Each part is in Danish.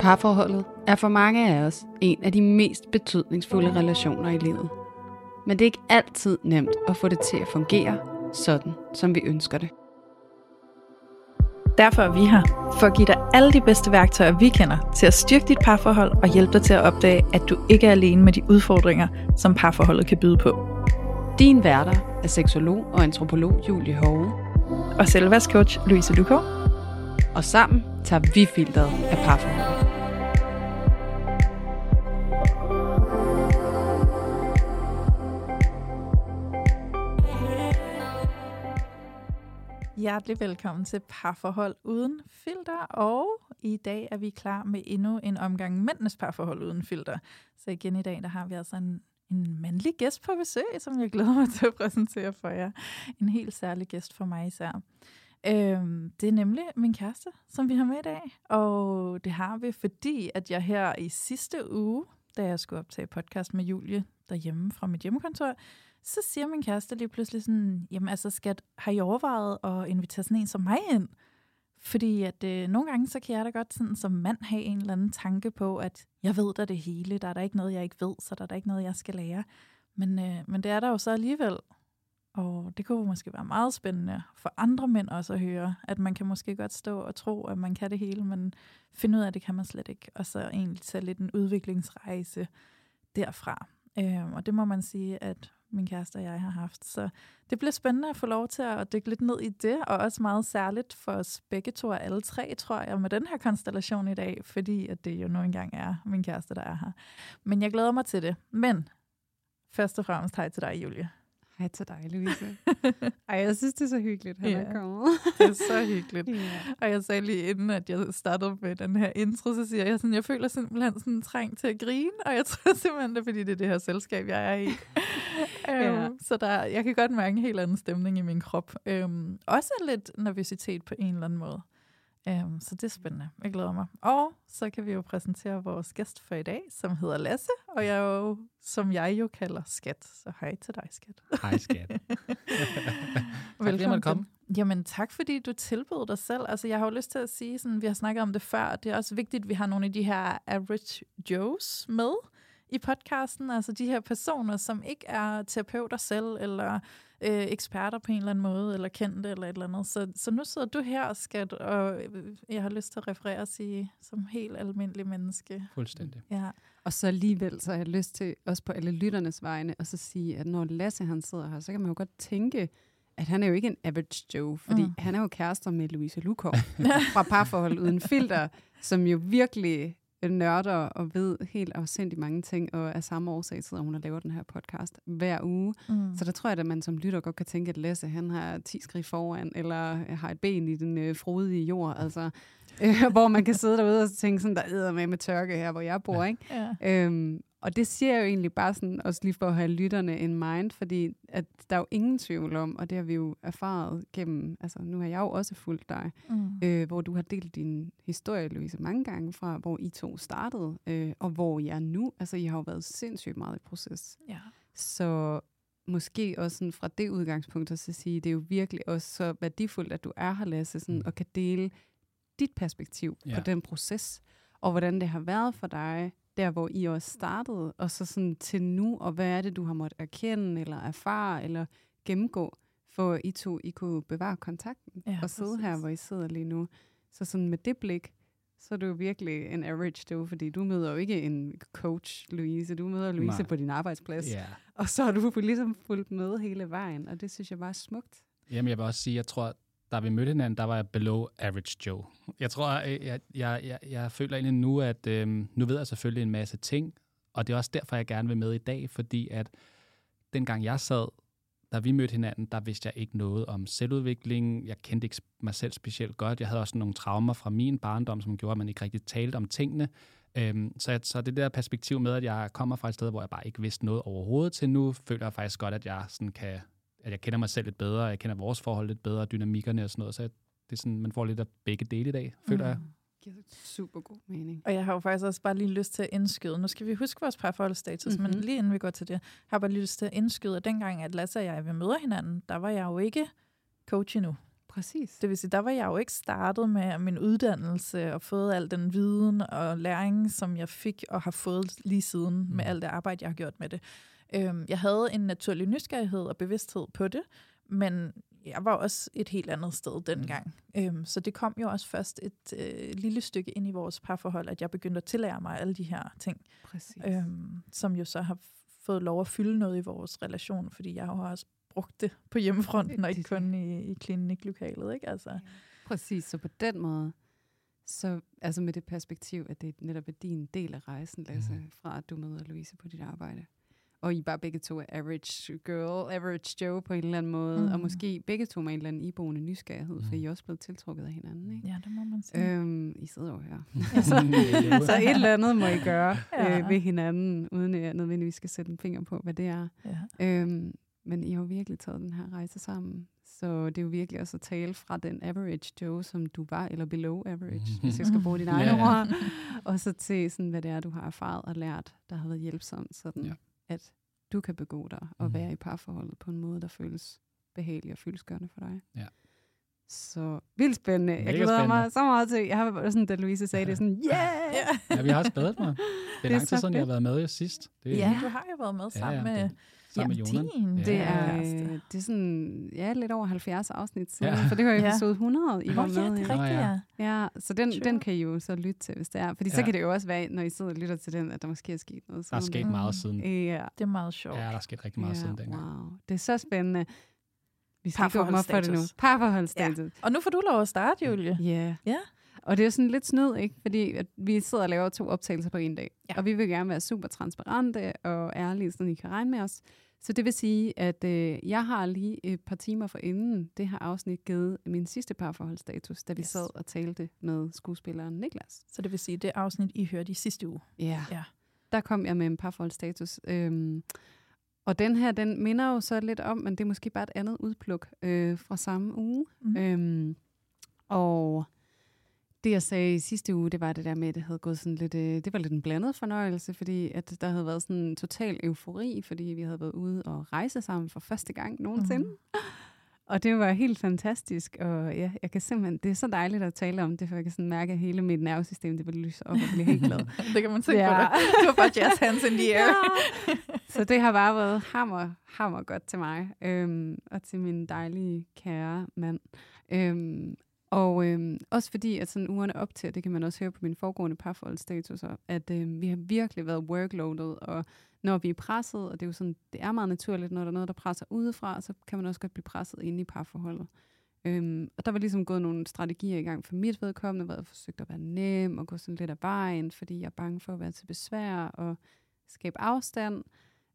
Parforholdet er for mange af os en af de mest betydningsfulde relationer i livet. Men det er ikke altid nemt at få det til at fungere sådan, som vi ønsker det. Derfor er vi her, for at give dig alle de bedste værktøjer, vi kender, til at styrke dit parforhold og hjælpe dig til at opdage, at du ikke er alene med de udfordringer, som parforholdet kan byde på. Din værter er seksolog og antropolog Julie Hove. Og selvværdscoach Louise Lukov. Og sammen tager vi filteret af parforholdet. Hjertelig velkommen til Parforhold Uden Filter, og i dag er vi klar med endnu en omgang mændenes parforhold uden filter. Så igen i dag, der har vi altså en mandlig gæst på besøg, som jeg glæder mig til at præsentere for jer. En helt særlig gæst for mig især. Det er nemlig min kæreste, som vi har med i dag, og det har vi, fordi at jeg her i sidste uge, da jeg skulle optage podcast med Julie derhjemme fra mit hjemmekontor, så siger min kæreste lige pludselig sådan, jamen altså skat, har I overvejet at invitere sådan en som mig ind? Fordi at nogle gange, så kan jeg da godt sådan, som mand have en eller anden tanke på, at jeg ved da det hele, der er der ikke noget, jeg ikke ved, så der er der ikke noget, jeg skal lære. Men det er der jo så alligevel. Og det kunne måske være meget spændende for andre mænd også at høre, at man kan måske godt stå og tro, at man kan det hele, men finde ud af, at det kan man slet ikke. Og så egentlig tage lidt en udviklingsrejse derfra. Og det må man sige, at min kæreste og jeg har haft. Så det bliver spændende at få lov til at dykke lidt ned i det, og også meget særligt for os begge to og alle tre, tror jeg, med den her konstellation i dag, fordi at det jo nu engang er min kæreste, der er her. Men jeg glæder mig til det. Men først og fremmest hej til dig, Julie. Hej til dig, Louise. Ej, jeg synes, det er så hyggeligt, han er kommet. Det er så hyggeligt. Og jeg sagde lige inden, at jeg startede med den her intro, så siger jeg sådan, jeg føler simpelthen sådan en træng til at grine, og jeg tror simpelthen, det er, fordi det er det her selskab, jeg er i. Så jeg kan godt mærke en helt anden stemning i min krop. Også lidt nervøsitet på en eller anden måde. Så det er spændende. Jeg glæder mig. Og så kan vi jo præsentere vores gæst for i dag, som hedder Lasse, og som jeg jo kalder Skat. Så hej til dig, Skat. Hej, Skat. Velkommen til. Jamen tak, fordi du tilbød dig selv. Altså jeg har jo lyst til at sige, sådan, vi har snakket om det før, det er også vigtigt, at vi har nogle af de her average Joes med i podcasten, altså de her personer, som ikke er terapeuter selv, eller eksperter på en eller anden måde, eller kendte, eller et eller andet. Så nu sidder du her, Skat, og jeg har lyst til at referere og sige, som helt almindelig menneske. Fuldstændig. Ja. Og så alligevel, så har jeg lyst til, også på alle lytternes vegne, og så sige, at når Lasse han sidder her, så kan man jo godt tænke, at han er jo ikke en average Joe, fordi han er jo kærester med Louise Lukov fra Parforhold Uden Filter, som jo virkelig nørder og ved helt afsindigt mange ting, og af samme årsag sidder hun og laver den her podcast hver uge. Så der tror jeg, at man som lytter godt kan tænke, at Lasse, han har 10 skridt foran, eller har et ben i den frodige jord, altså, hvor man kan sidde derude og tænke sådan, der æder med tørke her, hvor jeg bor, ikke? Ja. Og det siger jeg jo egentlig bare sådan, også lige for at have lytterne in mind, fordi at der er jo ingen tvivl om, og det har vi jo erfaret gennem, altså nu har jeg jo også fulgt dig, hvor du har delt din historie, Louise, mange gange fra, hvor I to startede, og hvor I er nu. Altså I har jo været sindssygt meget i proces. Ja. Så måske også sådan fra det udgangspunkt at sige, det er jo virkelig også så værdifuldt, at du er her, Lasse, sådan, og kan dele dit perspektiv på den proces, og hvordan det har været for dig, der hvor I også startede, og så sådan til nu, og hvad er det, du har måttet erkende, eller erfare, eller gennemgå, for I kunne bevare kontakten, og sidde her, hvor I sidder lige nu. Så sådan med det blik, så er du jo virkelig en average Joe, fordi du møder jo ikke en coach, Louise, du møder Louise på din arbejdsplads, og så har du ligesom fulgt med hele vejen, og det synes jeg bare er smukt. Jamen jeg vil også sige, jeg tror, da vi mødte hinanden, der var jeg below average Joe. Jeg tror, jeg føler egentlig nu, at nu ved jeg selvfølgelig en masse ting, og det er også derfor, jeg gerne vil med i dag, fordi at dengang jeg sad, da vi mødte hinanden, der vidste jeg ikke noget om selvudvikling. Jeg kendte ikke mig selv specielt godt. Jeg havde også nogle traumer fra min barndom, som gjorde, at man ikke rigtig talte om tingene. Så det der perspektiv med, at jeg kommer fra et sted, hvor jeg bare ikke vidste noget overhovedet til nu, føler jeg faktisk godt, at jeg sådan at jeg kender mig selv lidt bedre, jeg kender vores forhold lidt bedre, dynamikkerne og sådan noget, så det er sådan, man får lidt af begge dele i dag, føler jeg. Det giver super god mening. Og jeg har jo faktisk også bare lige lyst til at indskyde, nu skal vi huske vores parforholdsstatus, men lige inden vi går til det, har jeg bare lige lyst til at indskyde, at dengang, at Lasse og jeg møder hinanden, der var jeg jo ikke coach endnu. Præcis. Det vil sige, der var jeg jo ikke startet med min uddannelse og fået al den viden og læring, som jeg fik og har fået lige siden med alt det arbejde, jeg har gjort med det. Jeg havde en naturlig nysgerrighed og bevidsthed på det, men jeg var også et helt andet sted dengang. Så det kom jo også først et lille stykke ind i vores parforhold, at jeg begyndte at tillære mig alle de her ting, som jo så har fået lov at fylde noget i vores relation, fordi jeg har også brugt det på hjemmefronten, og ikke kun i kliniklokalet, ikke? Altså. Præcis, så på den måde, så altså med det perspektiv, at det netop er din del af rejsen, Lasse, fra at du møder Louise på dit arbejde. Og I bare begge to er average girl, average Joe på en eller anden måde, og måske begge to med en eller anden iboende nysgerrighed, for I er også blevet tiltrukket af hinanden, ikke? Ja, det må man sige. I sidder jo her. så et eller andet må I gøre ved hinanden, uden at jeg nødvendigvis skal sætte en finger på, hvad det er. Ja. Men I har jo virkelig taget den her rejse sammen. Så det er jo virkelig også at tale fra den average Joe, som du var, eller below average, hvis jeg skal bruge dine egne ord. Og så til sådan, hvad det er, du har erfaret og lært, der har været hjælpsomt, sådan at du kan begå dig og være i parforholdet på en måde, der føles behagelig og fyldestgørende for dig. Ja. Så vildt spændende. Jeg glæder mig så meget til. Jeg har sådan, da Louise sagde det, sådan, Ja, vi har også glædet mig. Det er lang tid siden, jeg har været med sidst. Du har jo været med sammen med Jonan. Det er sådan, lidt over 70 afsnit siden, for det var episode 100, I var med. Ja, det er rigtigt, ja. Så den kan I jo så lytte til, hvis det er. Fordi så kan det jo også være, når I sidder og lytter til den, at der måske er sket noget. Der er sket meget siden. Ja. Det er meget sjovt. Ja, der er sket rigtig meget siden dengang. Wow. Det er så spændende. Vi skal gå op for det nu. Parforholdsstatus. Ja. Og nu får du lov at starte, Julie. Ja. Og det er sådan lidt snyd, ikke? Fordi at vi sidder og laver 2 optagelser på en dag. Ja. Og vi vil gerne være super transparente og ærlige, så I kan regne med os. Så det vil sige, at jeg har lige et par timer forinden det her afsnit givet min sidste parforholdsstatus, da vi sad og talte med skuespilleren Niklas. Så det vil sige, det afsnit, I hørte i sidste uge. Ja. Der kom jeg med en parforholdsstatus. Og den her, den minder jo så lidt om, men det er måske bare et andet udpluk fra samme uge. Og det, jeg sagde i sidste uge, det var det der med, at det havde gået sådan lidt, det var lidt en blandet fornøjelse, fordi at der havde været sådan en total eufori, fordi vi havde været ude og rejse sammen for første gang nogensinde. Og det var helt fantastisk, og ja, jeg kan simpelthen, det er så dejligt at tale om det, for jeg kan sådan mærke, at hele mit nervesystem, det vil lyse op og blive helt glad. Det kan man se på dig. Du var bare jazz hands in the air. Så det har bare været hammer godt til mig, og til min dejlige, kære mand. Og også fordi, at sådan ugerne op til, det kan man også høre på mine foregående parforholdsstatuser, at vi har virkelig været workloadet, og når vi er presset, og det er jo sådan, det er meget naturligt, når der er noget, der presser udefra, så kan man også godt blive presset inde i parforholdet. Og der var ligesom gået nogle strategier i gang for mit vedkommende, hvor jeg forsøgte at være nem og gå sådan lidt af vejen, fordi jeg er bange for at være til besvær og skabe afstand.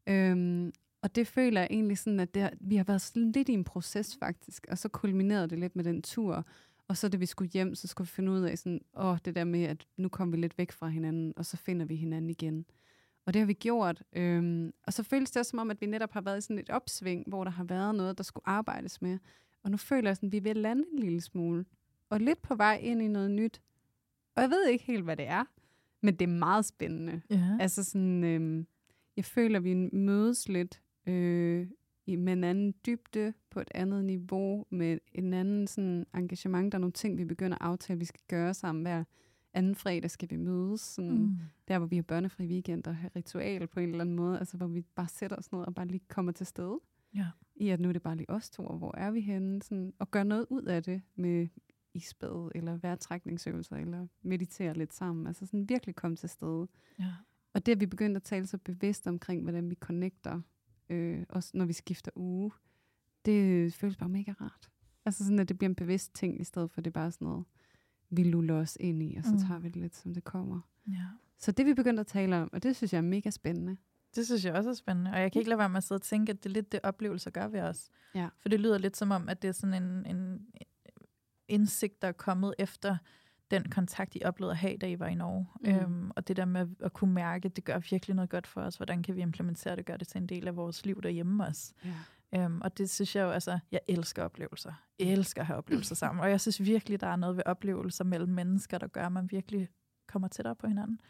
Og det føler jeg egentlig sådan, at vi har været sådan lidt i en proces faktisk, og så kulminerede det lidt med den tur. Og så da vi skulle hjem, så skulle vi finde ud af sådan, det der med, at nu kom vi lidt væk fra hinanden, og så finder vi hinanden igen. Og det har vi gjort. Og så føles det også som om, at vi netop har været i sådan et opsving, hvor der har været noget, der skulle arbejdes med. Og nu føler jeg sådan, at vi er ved at lande en lille smule. Og lidt på vej ind i noget nyt. Og jeg ved ikke helt, hvad det er. Men det er meget spændende. Ja. Altså sådan, jeg føler, at vi mødes lidt med en anden dybde, på et andet niveau, med en anden sådan engagement. Der er nogle ting, vi begynder at aftale, vi skal gøre sammen. Hver anden fredag skal vi mødes. Sådan, der, hvor vi har børnefri weekend og har ritual på en eller anden måde. Altså, hvor vi bare sætter os ned og bare lige kommer til stede. Ja. I at nu er det bare lige os to, og hvor er vi henne? Sådan, og gøre noget ud af det med isbad, eller vejrtrækningsøvelser, eller meditere lidt sammen. Altså sådan virkelig komme til stede. Ja. Og det, at vi begyndte at tale så bevidst omkring, hvordan vi connecter, også når vi skifter uge, det føles bare mega rart. Altså sådan, at det bliver en bevidst ting, i stedet for det bare sådan noget, vi luller os ind i, og så tager vi det lidt, som det kommer. Ja. Så det vi begyndte at tale om, og det synes jeg er mega spændende. Det synes jeg også er spændende, og jeg kan ikke lade være med at sidde og tænke, at det er lidt det oplevelser gør ved os. Ja. For det lyder lidt som om, at det er sådan en indsigt, der er kommet efter den kontakt, I oplevede at have, da I var i Norge. Og det der med at kunne mærke, det gør virkelig noget godt for os. Hvordan kan vi implementere det, gøre det til en del af vores liv derhjemme også. Ja. Og det synes jeg jo, altså, jeg elsker oplevelser. Jeg elsker at have oplevelser sammen. Og jeg synes virkelig, der er noget ved oplevelser mellem mennesker, der gør, at man virkelig kommer tættere på hinanden.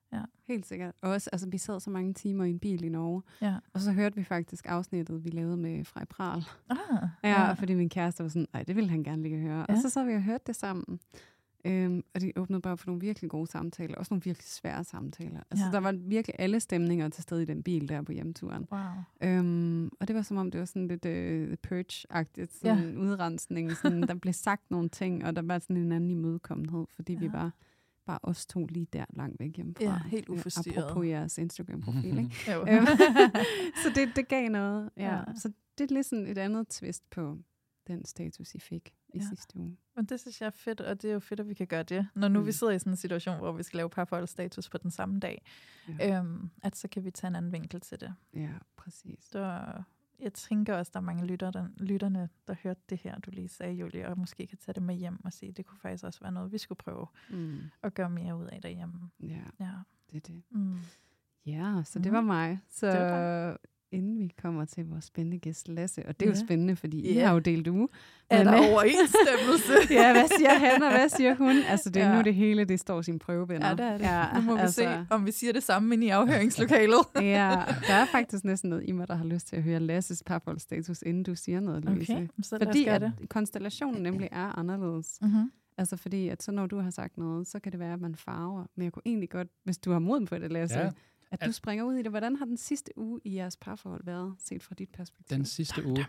Ja. Helt sikkert. Og også, altså, vi sad så mange timer i en bil i Norge, Ja. og så hørte vi faktisk afsnittet, vi lavede med Frej Pral. Ja. Fordi min kæreste var sådan, det ville han gerne lige høre. Ja. Og så sad vi og hørte det sammen. Og de åbnede bare for nogle virkelig gode samtaler, også nogle virkelig svære samtaler. Altså, der var virkelig alle stemninger til stede i den bil der på hjemturen. Wow. Og det var som om, det var sådan lidt Purge-agtigt, sådan en udrensning. Sådan, der blev sagt nogle ting, og der var sådan en anden imødekommenhed, fordi vi var bare os to lige der langt væk hjemmefra. Ja, helt uforstyrret. Apropos jeres Instagram-profil, ikke? Så det gav noget. Ja. Så det er lidt sådan et andet twist på den status, I fik i sidste uge. Men det synes jeg er fedt, og det er jo fedt, at vi kan gøre det. Når nu vi sidder i sådan en situation, hvor vi skal lave parforholdsstatus på den samme dag, at så kan vi tage en anden vinkel til det. Ja, præcis. Så jeg tænker også, der er mange lytterne, der hørte det her, du lige sagde, Julie, og måske kan tage det med hjem og sige, det kunne faktisk også være noget, vi skulle prøve at gøre mere ud af derhjemme. Ja, det er det. Ja, så det var mig. Så inden vi kommer til vores spændende gæst Lasse, og det er jo spændende, fordi I har jo delt uge. Er der overensstemmelse? Hvad siger han, og hvad siger hun? Altså, det er nu det hele, det står sin prøvevenner. Ja, det er det. Ja, nu må vi se, om vi siger det samme inde i afhøringslokalet. Der er faktisk næsten noget i mig, der har lyst til at høre Lasses parforholdsstatus, inden du siger noget, Louise. Okay, så fordi at konstellationen nemlig er anderledes. Mm-hmm. Altså fordi, at så når du har sagt noget, så kan det være, at man farver. Men jeg kunne egentlig godt, hvis du har moden på det, Lasse, at du springer ud i det. Hvordan har den sidste uge i jeres parforhold været, set fra dit perspektiv? Den sidste uge?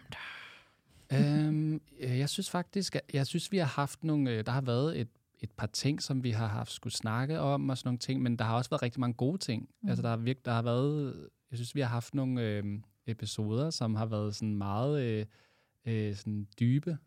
Jeg synes faktisk, vi har haft nogle, der har været et par ting, som vi har haft skulle snakke om og sådan nogle ting, men der har også været rigtig mange gode ting. Altså der har været, jeg synes vi har haft nogle episoder, som har været sådan meget sådan dybe,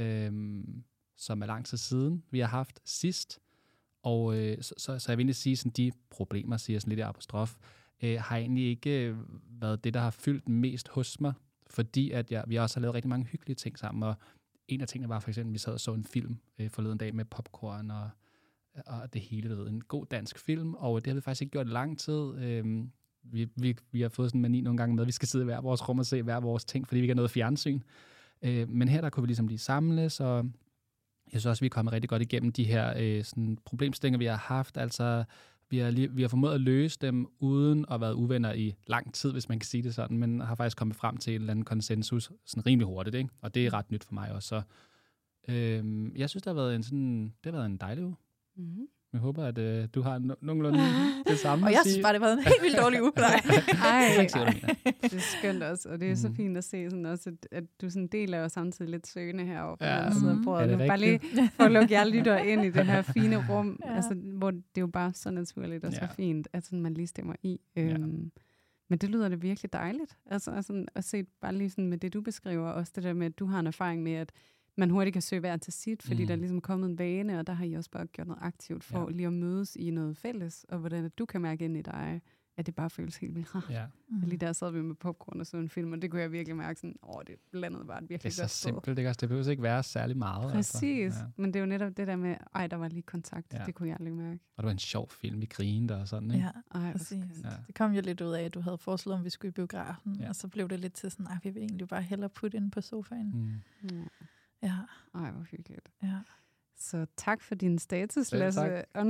som er lang tid siden, vi har haft sidst. Og så jeg vil egentlig sige, sådan de problemer, siger sådan lidt i apostrof, har egentlig ikke været det, der har fyldt mest hos mig, fordi at vi også har lavet rigtig mange hyggelige ting sammen, og en af tingene var for eksempel, at vi sad og så en film forleden dag med popcorn og det hele, ved en god dansk film, og det har vi faktisk ikke gjort i lang tid. Vi har fået sådan en mani nogle gange med, at vi skal sidde i hver vores rum og se hver vores ting, fordi vi ikke har noget fjernsyn. Men her der kunne vi ligesom lige samles, og jeg synes også, vi er kommet rigtig godt igennem de her sådan problemstillinger, vi har haft. Altså, vi har formået at løse dem, uden at være uvenner i lang tid, hvis man kan sige det sådan, men har faktisk kommet frem til en eller anden konsensus sådan rimelig hurtigt, ikke? Og det er ret nyt for mig også. Så jeg synes, det har været en dejlig uge. Mm-hmm. Jeg håber, at du har nogenlunde det samme. Og jeg synes bare, det har været en helt vildt dårlig uge. Det er skønt også, og det er så fint at se sådan også, at du sådan deler jo samtidig lidt søgende herovre. Bare lige for at lukke jer lytter ind i det her fine rum, altså, hvor det er jo bare så naturligt og så fint, at sådan, man lige stemmer i. Men det lyder det virkelig dejligt. Altså at se bare lige sådan med det, du beskriver, også det der med, at du har en erfaring med, at man hurtigt kan søge hver til sit, fordi der er ligesom kommet en vane, og der har I også bare gjort noget aktivt for lige at mødes i noget fælles, og hvordan at du kan mærke ind i dig, at det bare føles helt vildt rart. Ja. Lige der sad vi med popcorn og så en film, og det kunne jeg virkelig mærke sådan, det blandede bare et virkelig godt. Det er så simpelt, det behøver ikke være særlig meget. Præcis, altså. Men det er jo netop det der med, der var lige kontakt, det kunne jeg aldrig mærke. Og det var en sjov film, vi grinede og sådan, ikke? Ja, præcis. Ja. Det kom jo lidt ud af, at du havde foreslået, om vi skulle i biografen, og så blev det lidt til sådan, vi vil egentlig bare hellere putte ind på sofaen. Ja. Hvor hyggeligt. Ja. Så tak for din status, Lasse. Og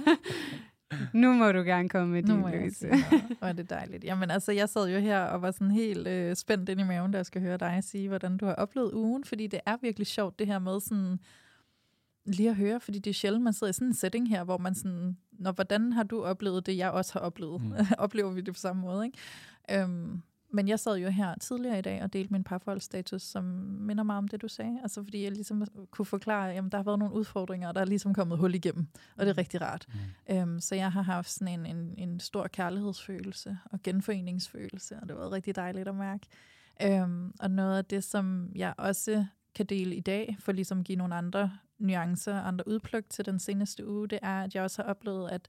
nu må du gerne komme med din, Louise. Hvor er det dejligt. Jamen altså, jeg sad jo her og var sådan helt spændt ind i maven, da jeg skal høre dig sige, hvordan du har oplevet ugen, fordi det er virkelig sjovt det her med sådan lige at høre, fordi det er sjældent, man sidder i sådan en setting her, hvor man sådan, hvordan har du oplevet det, jeg også har oplevet? Oplever vi det på samme måde, ikke? Men jeg sad jo her tidligere i dag og delte min parforholdsstatus, som minder mig om det, du sagde. Altså fordi jeg ligesom kunne forklare, at der har været nogle udfordringer, og der er ligesom kommet hul igennem. Og det er rigtig rart. Så jeg har haft sådan en stor kærlighedsfølelse og genforeningsfølelse, og det har været rigtig dejligt at mærke. Og noget af det, som jeg også kan dele i dag, for ligesom at give nogle andre nuancer, andre udpluk til den seneste uge, det er, at jeg også har oplevet, at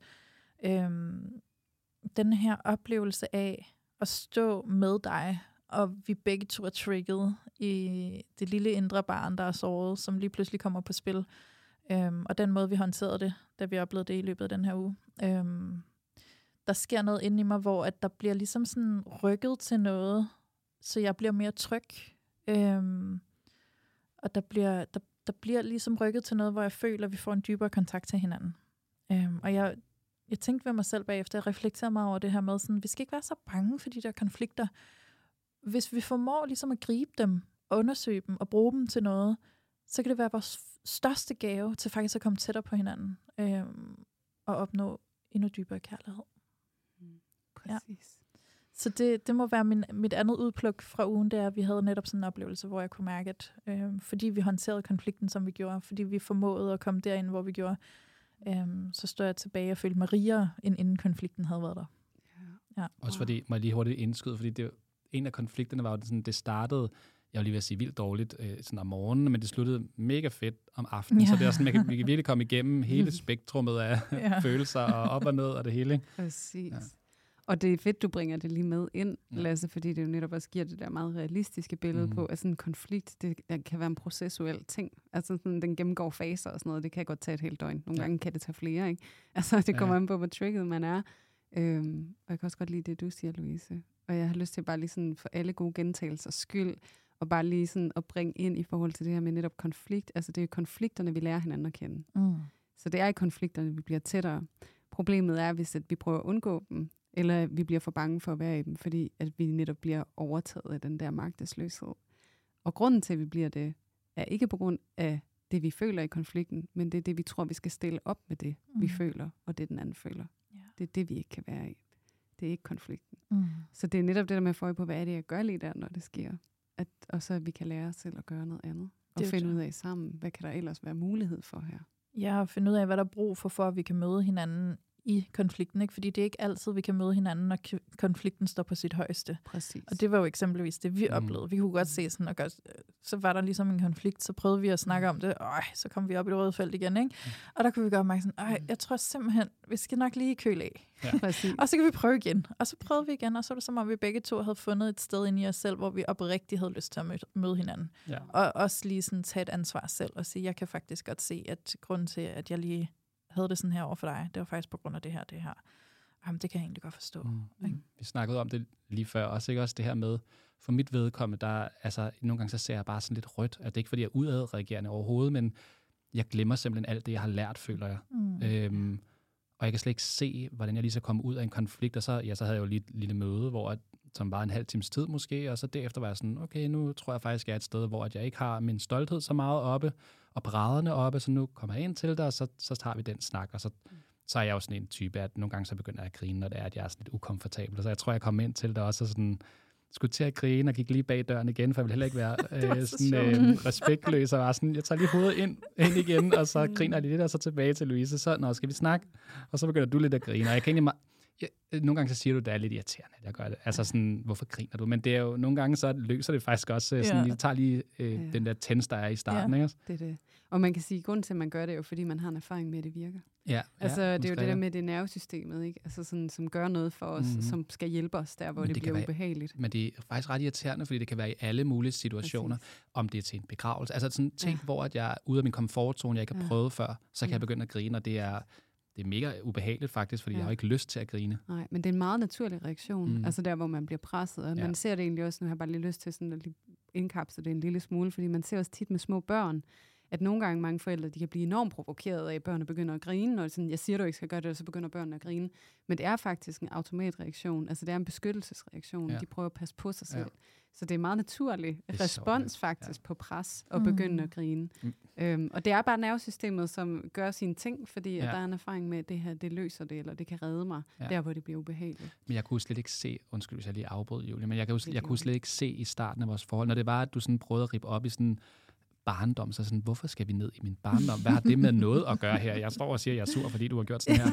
den her oplevelse af at stå med dig, og vi begge to er trigget i det lille indre barn, der er såret, som lige pludselig kommer på spil. Og den måde, vi håndterede det, da vi oplevede det i løbet af den her uge. Der sker noget inde i mig, hvor at der bliver ligesom sådan rykket til noget, så jeg bliver mere tryg. Og der bliver ligesom rykket til noget, hvor jeg føler, at vi får en dybere kontakt til hinanden. Og jeg Jeg tænkte ved mig selv bagefter, jeg reflekterede meget over det her med, sådan, vi skal ikke være så bange for de der konflikter. Hvis vi formår ligesom at gribe dem, undersøge dem og bruge dem til noget, så kan det være vores største gave til faktisk at komme tættere på hinanden og opnå endnu dybere kærlighed. Præcis. Ja. Så det må være mit andet udpluk fra ugen, det er, at vi havde netop sådan en oplevelse, hvor jeg kunne mærke, at fordi vi håndterede konflikten, som vi gjorde, fordi vi formåede at komme derind, hvor vi gjorde, så står jeg tilbage og følte mig rigere, end inden konflikten havde været der. Ja. Også fordi, må jeg lige hurtigt indskyde, fordi det, en af konflikterne var jo sådan, det startede, jeg vil lige ved at sige vildt dårligt sådan om morgenen, men det sluttede mega fedt om aftenen, så det er sådan, vi kan virkelig komme igennem hele spektrummet af følelser og op og ned og det hele. Præcis. Ja. Og det er fedt, du bringer det lige med ind, Lasse, fordi det jo netop også giver det der meget realistiske billede på, at sådan en konflikt, det kan være en processuel ting. Altså sådan, den gennemgår faser og sådan noget, det kan godt tage et helt døgn. Nogle gange kan det tage flere, ikke? Altså det kommer an på, hvor trigget man er. Og jeg kan også godt lide det, du siger, Louise. Og jeg har lyst til bare lige sådan for alle gode gentagelsers skyld, og bare lige sådan at bringe ind i forhold til det her med netop konflikt. Altså det er konflikterne, vi lærer hinanden at kende. Så det er i konflikterne, vi bliver tættere. Problemet er, hvis at vi prøver at undgå dem, eller vi bliver for bange for at være i dem, fordi at vi netop bliver overtaget af den der magtesløshed. Og grunden til, at vi bliver det, er ikke på grund af det, vi føler i konflikten, men det er det, vi tror, vi skal stille op med det, vi føler, og det, den anden føler. Det er det, vi ikke kan være i. Det er ikke konflikten. Så det er netop det der med at få øje på, hvad er det, jeg gør lige der, når det sker. Og så at vi kan lære os selv at gøre noget andet. Og finde ud af sammen, hvad kan der ellers være mulighed for her. Ja, og finde ud af, hvad der er brug for at vi kan møde hinanden i konflikten, ikke? Fordi det er ikke altid, vi kan møde hinanden, når konflikten står på sit højeste. Præcis. Og det var jo eksempelvis det, vi oplevede. Vi kunne godt se sådan, og så var der ligesom en konflikt, så prøvede vi at snakke om det, så kom vi op i det røde felt igen, ikke? Og der kunne vi godt mærke sådan, jeg tror simpelthen, vi skal nok lige køle af. Ja. Præcis. Og så kan vi prøve igen. Og så prøvede vi igen, og så var det som om, vi begge to havde fundet et sted inde i os selv, hvor vi oprigtigt havde lyst til at møde hinanden. Ja. Og også lige sådan tage et ansvar selv, og sige, jeg kan faktisk godt se, at grunden til, at jeg lige havde det sådan her over for dig, det var faktisk på grund af det her. Jamen, det kan jeg egentlig godt forstå. Vi snakkede om det lige før, også, ikke? Også det her med, for mit vedkommende, der, altså, nogle gange så ser jeg bare sådan lidt rødt, at det ikke fordi, jeg er udadreagerende overhovedet, men jeg glemmer simpelthen alt det, jeg har lært, føler jeg. Og jeg kan slet ikke se, hvordan jeg lige så komme ud af en konflikt, og så havde jeg jo lige et lille møde, som var en halv times tid måske, og så derefter var jeg sådan, okay, nu tror jeg faktisk, jeg er et sted, hvor jeg ikke har min stolthed så meget oppe, og brædderne oppe, så nu kommer jeg ind til dig, og så tager vi den snak, og så er jeg jo sådan en type, at nogle gange så begynder jeg at grine, når det er, at jeg er sådan lidt ukomfortabel. Så jeg tror, jeg kom ind til dig også, og sådan skulle til at grine, og gik lige bag døren igen, for jeg ville heller ikke være sådan respektløs, og var sådan, jeg tager lige hovedet ind igen, og så griner jeg lidt, og så tilbage til Louise, så skal vi snakke, og så begynder du lidt at grine, og jeg kan egentlig nogle gange så siger du, at det er lidt irriterende, at jeg gør det. Altså sådan, hvorfor griner du? Men det er jo, nogle gange så løser det faktisk også, sådan, vi tager lige den der tens, der er i starten. Ikke? Det er det. Og man kan sige, at grunden til, at man gør det, er jo, fordi man har en erfaring med, at det virker. Ja, altså, det er jo det der med det nervesystemet, ikke? Altså sådan, som gør noget for os, som skal hjælpe os der, hvor det bliver ubehageligt. Men det er faktisk ret irriterende, fordi det kan være i alle mulige situationer, om det er til en begravelse. Altså sådan ting, hvor at jeg er ude af min komfortzone, jeg ikke har prøvet før, så kan jeg begynde at grine, og det er mega ubehageligt faktisk, fordi jeg har ikke lyst til at grine. Nej, men det er en meget naturlig reaktion, altså der, hvor man bliver presset. Og man ser det egentlig også, nu har jeg bare lige lyst til sådan at indkapsle det en lille smule, fordi man ser også tit med små børn, at nogle gange mange forældre, de kan blive enormt provokeret af, at børnene begynder at grine, og sådan, jeg siger, du ikke skal gøre det, og så begynder børnene at grine. Men det er faktisk en automatreaktion, altså det er en beskyttelsesreaktion. De prøver at passe på sig selv. Så det er en meget naturlig respons faktisk på pres og begynde at grine. Og det er bare nervesystemet, som gør sine ting, fordi at der er en erfaring med, at det her, det løser det, eller det kan redde mig, der hvor det bliver ubehageligt. Men jeg kunne slet ikke se, undskyld hvis jeg lige afbrød, Julie, men jeg kunne slet ikke se i starten af vores forhold, når det var, at du sådan prøvede at rippe op i sådan barndom, så sådan, hvorfor skal vi ned i min barndom? Hvad har det med noget at gøre her? Jeg står og siger, at jeg er sur, fordi du har gjort sådan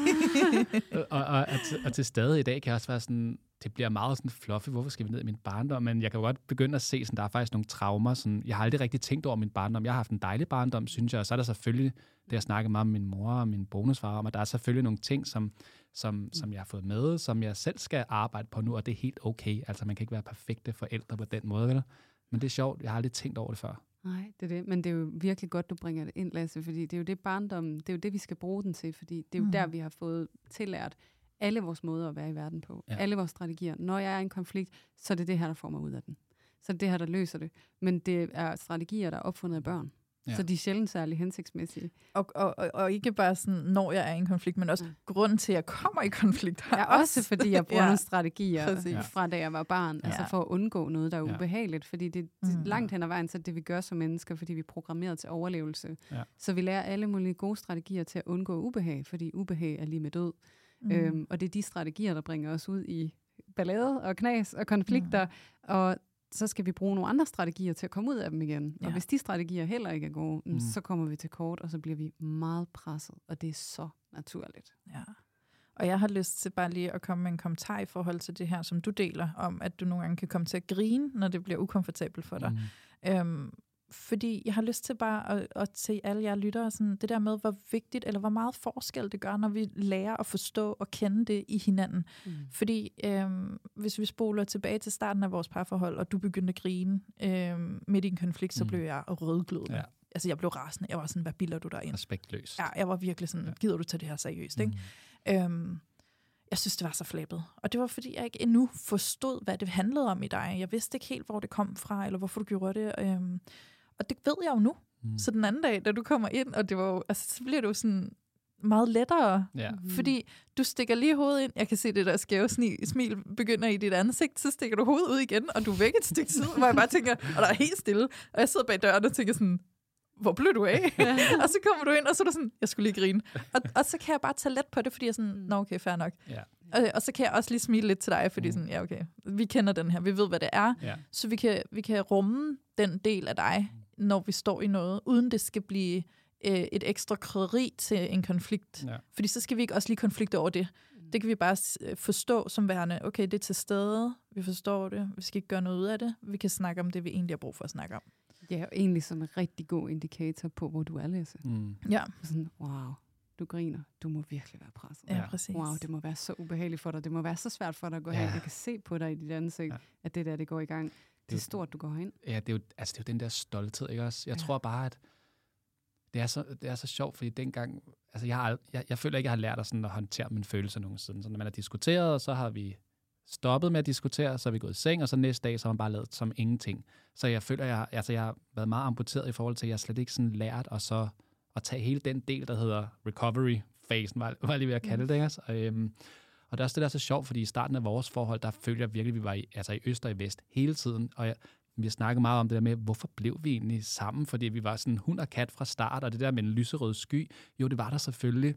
her. og til stadig i dag kan jeg også være sådan, det bliver meget sådan fluffy, hvorfor skal vi ned i min barndom? Men jeg kan jo godt begynde at se, sådan, der er faktisk nogle traumer. Sådan, jeg har aldrig rigtig tænkt over min barndom. Jeg har haft en dejlig barndom, synes jeg, og så er der selvfølgelig det, jeg snakker meget med min mor og min bonusfar om, at der er selvfølgelig nogle ting, som jeg har fået med, som jeg selv skal arbejde på nu, og det er helt okay. Altså, man kan ikke være perfekte forældre på den måde, vel? Men det er sjovt, jeg har aldrig tænkt over det før. Nej, det er det. Men det er jo virkelig godt, du bringer det ind, Lasse, fordi det er jo det barndommen, det er jo det, vi skal bruge den til, fordi det er jo der, vi har fået tillært alle vores måder at være i verden på. Ja. Alle vores strategier. Når jeg er i en konflikt, så er det det her, der får mig ud af den. Så er det det her, der løser det. Men det er strategier, der er opfundet af børn. Ja. Så de er sjældent særlig hensigtsmæssige. Og ikke bare sådan, når jeg er i en konflikt, men også grunden til, at jeg kommer i konflikt. Ja, også fordi jeg bruger nogle strategier fra da jeg var barn, altså for at undgå noget, der er ubehageligt. Fordi det langt hen ad vejen, så det vi gør som mennesker, fordi vi er programmeret til overlevelse. Ja. Så vi lærer alle mulige gode strategier til at undgå ubehag, fordi ubehag er lige med død. Og det er de strategier, der bringer os ud i ballade og knas og konflikter, og så skal vi bruge nogle andre strategier til at komme ud af dem igen. Og hvis de strategier heller ikke er gode, så kommer vi til kort, og så bliver vi meget presset, og det er så naturligt. Ja. Og jeg har lyst til bare lige at komme med en kommentar i forhold til det her, som du deler, om at du nogle gange kan komme til at grine, når det bliver ukomfortabelt for dig. Fordi jeg har lyst til bare at se alle jer lyttere, sådan, det der med, hvor vigtigt, eller hvor meget forskel det gør, når vi lærer at forstå og kende det i hinanden. Fordi hvis vi spoler tilbage til starten af vores parforhold, og du begyndte at grine midt i en konflikt, så blev jeg rødglødende. Ja. Altså, jeg blev rasende. Jeg var sådan, hvad bilder du dig ind? Respektløs. Ja, jeg var virkelig sådan, gider du tage det her seriøst, ikke? Jeg synes, det var så flabet. Og det var, fordi jeg ikke endnu forstod, hvad det handlede om i dig. Jeg vidste ikke helt, hvor det kom fra, eller hvorfor du gjorde det. Og det ved jeg jo nu. Så den anden dag, da du kommer ind, og det var jo, altså, så bliver det jo sådan meget lettere. Ja. Fordi du stikker lige hovedet ind. Jeg kan se det der skæve smil begynder i dit ansigt. Så stikker du hovedet ud igen, og du er væk et stykke tid, hvor jeg bare tænker, og der er helt stille. Og jeg sidder bag døren og tænker sådan, hvor blev du af? Og så kommer du ind, og så er du sådan, jeg skulle lige grine. Og så kan jeg bare tage let på det, fordi jeg er sådan, nå okay, fair nok. Ja. Og så kan jeg også lige smile lidt til dig, fordi sådan, ja okay, vi kender den her, vi ved, hvad det er. Ja. Så vi kan rumme den del af dig, når vi står i noget, uden det skal blive et ekstra krydderi til en konflikt. Ja. Fordi så skal vi ikke også lige konflikte over det. Det kan vi bare forstå som værende, okay, det er til stede, vi forstår det, vi skal ikke gøre noget ud af det, vi kan snakke om det, vi egentlig har brug for at snakke om. Ja, og egentlig som en rigtig god indikator på, hvor du er, Lasse. Ja. Sådan, wow, du griner, du må virkelig være presset. Ja, præcis. Wow, det må være så ubehageligt for dig, det må være så svært for dig at gå hen. Jeg kan se på dig i dit ansigt, at det der, det går i gang. Det er stort, du går hen. Ja, det er jo den der stolthed, ikke også? Jeg tror bare, at det er så sjovt, fordi dengang, altså jeg føler ikke, jeg har lært at, sådan, at håndtere mine følelser nogensinde. Så når man har diskuteret, og så har vi stoppet med at diskutere, så er vi gået i seng, og så næste dag, så har man bare lavet som ingenting. Så jeg føler, jeg har været meget amputeret i forhold til, at jeg slet ikke sådan lært at tage hele den del, der hedder recovery-fasen, var jeg lige ved at kalde det, ikke? Og det er også det, der er så sjovt, fordi i starten af vores forhold, der følte jeg virkelig, at vi var i øst og i vest hele tiden, og vi har snakket meget om det der med, hvorfor blev vi egentlig sammen, fordi vi var sådan hund og kat fra start, og det der med en lyserød sky, jo, det var der selvfølgelig,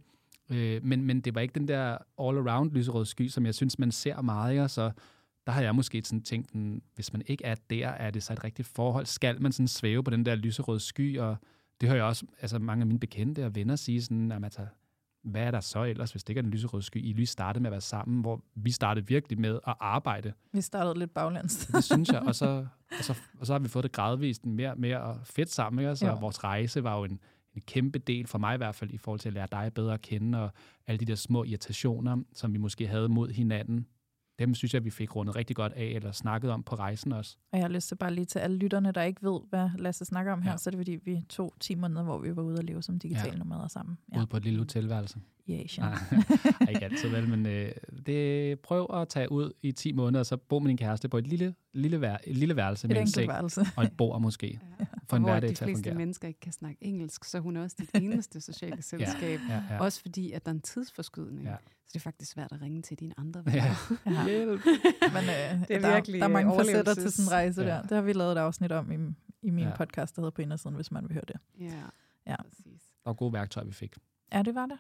men det var ikke den der all-around lyserød sky, som jeg synes, man ser meget, ikke? Så der har jeg måske sådan tænkt, hvis man ikke er der, er det så et rigtigt forhold, skal man sådan svæve på den der lyserøde sky, og det hører jeg også, altså mange af mine bekendte og venner sige sådan, altså, hvad er der så ellers, hvis det ikke er en lyserød sky? I lige startede med at være sammen, hvor vi startede virkelig med at arbejde. Vi startede lidt baglæns. Det synes jeg, og så har vi fået det gradvist mere fedt sammen, ikke? Så vores rejse var jo en kæmpe del, for mig i hvert fald, i forhold til at lære dig bedre at kende, og alle de der små irritationer, som vi måske havde mod hinanden, dem synes jeg, vi fik rundet rigtig godt af, eller snakket om på rejsen også. Og jeg har lyst til bare lige til alle lytterne, der ikke ved, hvad Lasse snakker om her, så er det fordi, vi tog 10 måneder, hvor vi var ude at leve som digitale nomader sammen. Ja. Ude på et lille hotelværelse. Asian. Ikke altid vel, men prøv at tage ud i 10 måneder, og så bo med din kæreste på et lille værelse med en seng og et bord måske. Ja. For en hverdag til at fungere. Hvor de fleste mennesker ikke kan snakke engelsk, så hun er også dit eneste sociale selskab. Ja. Også fordi, at der er en tidsforskydning. Ja. Så det er faktisk svært at ringe til dine andre venner. Ja. Hjælp. Men det er virkelig der er mange facetter til sådan en rejse der. Det har vi lavet et afsnit om i min podcast, der hedder På Indersiden, hvis man vil høre det. Ja, præcis. Og gode værktøjer, vi fik. Ja, det var det.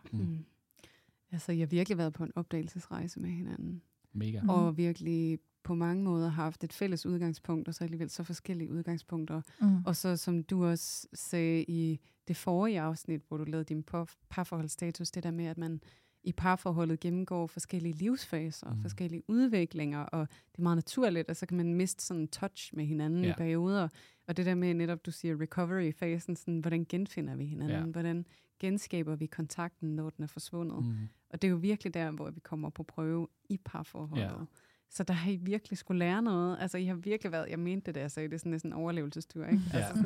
Altså, jeg har virkelig været på en opdagelsesrejse med hinanden. Mega. Og virkelig på mange måder haft et fælles udgangspunkt, og så alligevel så forskellige udgangspunkter. Og så, som du også sagde i det forrige afsnit, hvor du lavede din parforholdsstatus, det der med, at man i parforholdet gennemgår forskellige livsfaser og forskellige udviklinger, og det er meget naturligt, og så kan man miste sådan en touch med hinanden i perioder. Og det der med netop, du siger recovery-fasen, sådan, hvordan genfinder vi hinanden? Hvordan genskaber vi kontakten, når den er forsvundet? Og det er jo virkelig der, hvor vi kommer på prøve i parforholdet. Så der har I virkelig skulle lære noget. Altså, I har virkelig været, jeg mente det, da jeg sagde, det er sådan en overlevelsestur, ikke? Ja. Altså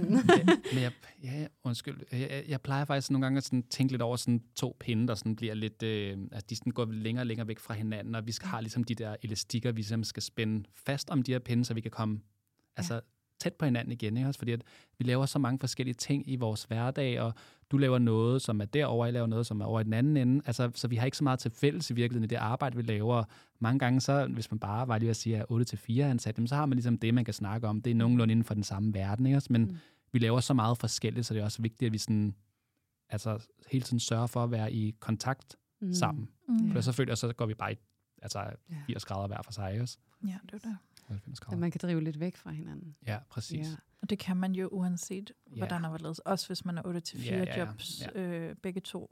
men undskyld. Jeg plejer faktisk nogle gange at sådan tænke lidt over sådan 2 pinde, der sådan bliver lidt, altså de sådan går længere og længere væk fra hinanden, og vi skal have ligesom de der elastikker, vi ligesom skal spænde fast om de her pinde, så vi kan komme tæt på hinanden igen, ikke? Også fordi at vi laver så mange forskellige ting i vores hverdag, og du laver noget, som er derovre, jeg laver noget, som er over i den anden ende. Altså, så vi har ikke så meget til fælles i virkeligheden i det arbejde, vi laver. Mange gange så, hvis man bare var lige at sige, at 8-4 ansat, så har man ligesom det, man kan snakke om. Det er nogenlunde inden for den samme verden, ikke? Men vi laver så meget forskelligt, så det er også vigtigt, at vi sådan, altså, hele tiden sørger for at være i kontakt sammen. For så føler jeg, så går vi bare i 80 grader hver for sig også. Ja, det er det. Så man kan drive lidt væk fra hinanden. Ja, præcis. Ja. Og det kan man jo uanset, hvordan der var lavet. Også hvis man er 8-4 jobs, begge to.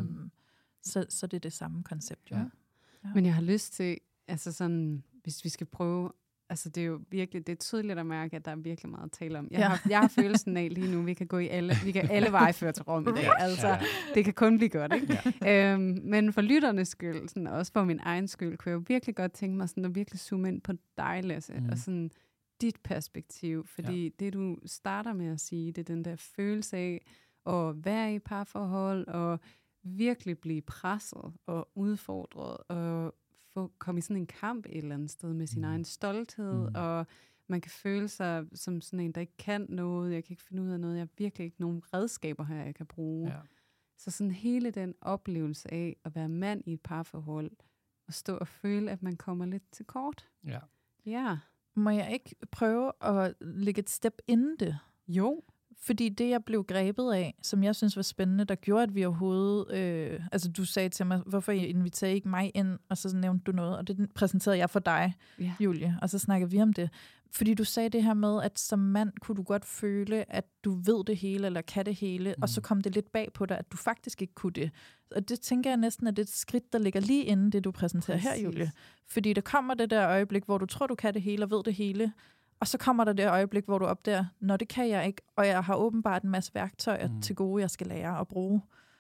Så det er det samme koncept, jo. Ja. Men jeg har lyst til, altså sådan, hvis vi skal prøve, altså det er jo virkelig, det er tydeligt at mærke, at der er virkelig meget at tale om. Jeg har følelsen af lige nu, vi kan alle veje føre til Rom i dag. Altså, det kan kun blive godt, ikke? Ja. Men for lytternes skyld, sådan, også for min egen skyld, kunne jeg jo virkelig godt tænke mig sådan, at virkelig zoome ind på dig, Lasse, og sådan dit perspektiv. Fordi det, du starter med at sige, det er den der følelse af at være i parforhold, og virkelig blive presset og udfordret, og komme i sådan en kamp et eller andet sted med sin egen stolthed, og man kan føle sig som sådan en, der ikke kan noget, jeg kan ikke finde ud af noget, jeg har virkelig ikke nogen redskaber her, jeg kan bruge. Ja. Så sådan hele den oplevelse af at være mand i et parforhold, og stå og føle, at man kommer lidt til kort. Ja. Ja. Må jeg ikke prøve at lægge et step inden det? Jo. Fordi det, jeg blev grebet af, som jeg synes var spændende, der gjorde, at vi overhovedet... altså, du sagde til mig, hvorfor inviterer I ikke mig ind? Og så nævnte du noget, og det præsenterede jeg for dig, Julie. Og så snakkede vi om det. Fordi du sagde det her med, at som mand kunne du godt føle, at du ved det hele, eller kan det hele, og så kom det lidt bag på dig, at du faktisk ikke kunne det. Og det tænker jeg næsten, at det er et skridt, der ligger lige inden det, du præsenterer her, Julie. Fordi der kommer det der øjeblik, hvor du tror, du kan det hele, og ved det hele, og så kommer der det øjeblik, hvor du opdager, nå, det kan jeg ikke, og jeg har åbenbart en masse værktøjer til gode, jeg skal lære at bruge,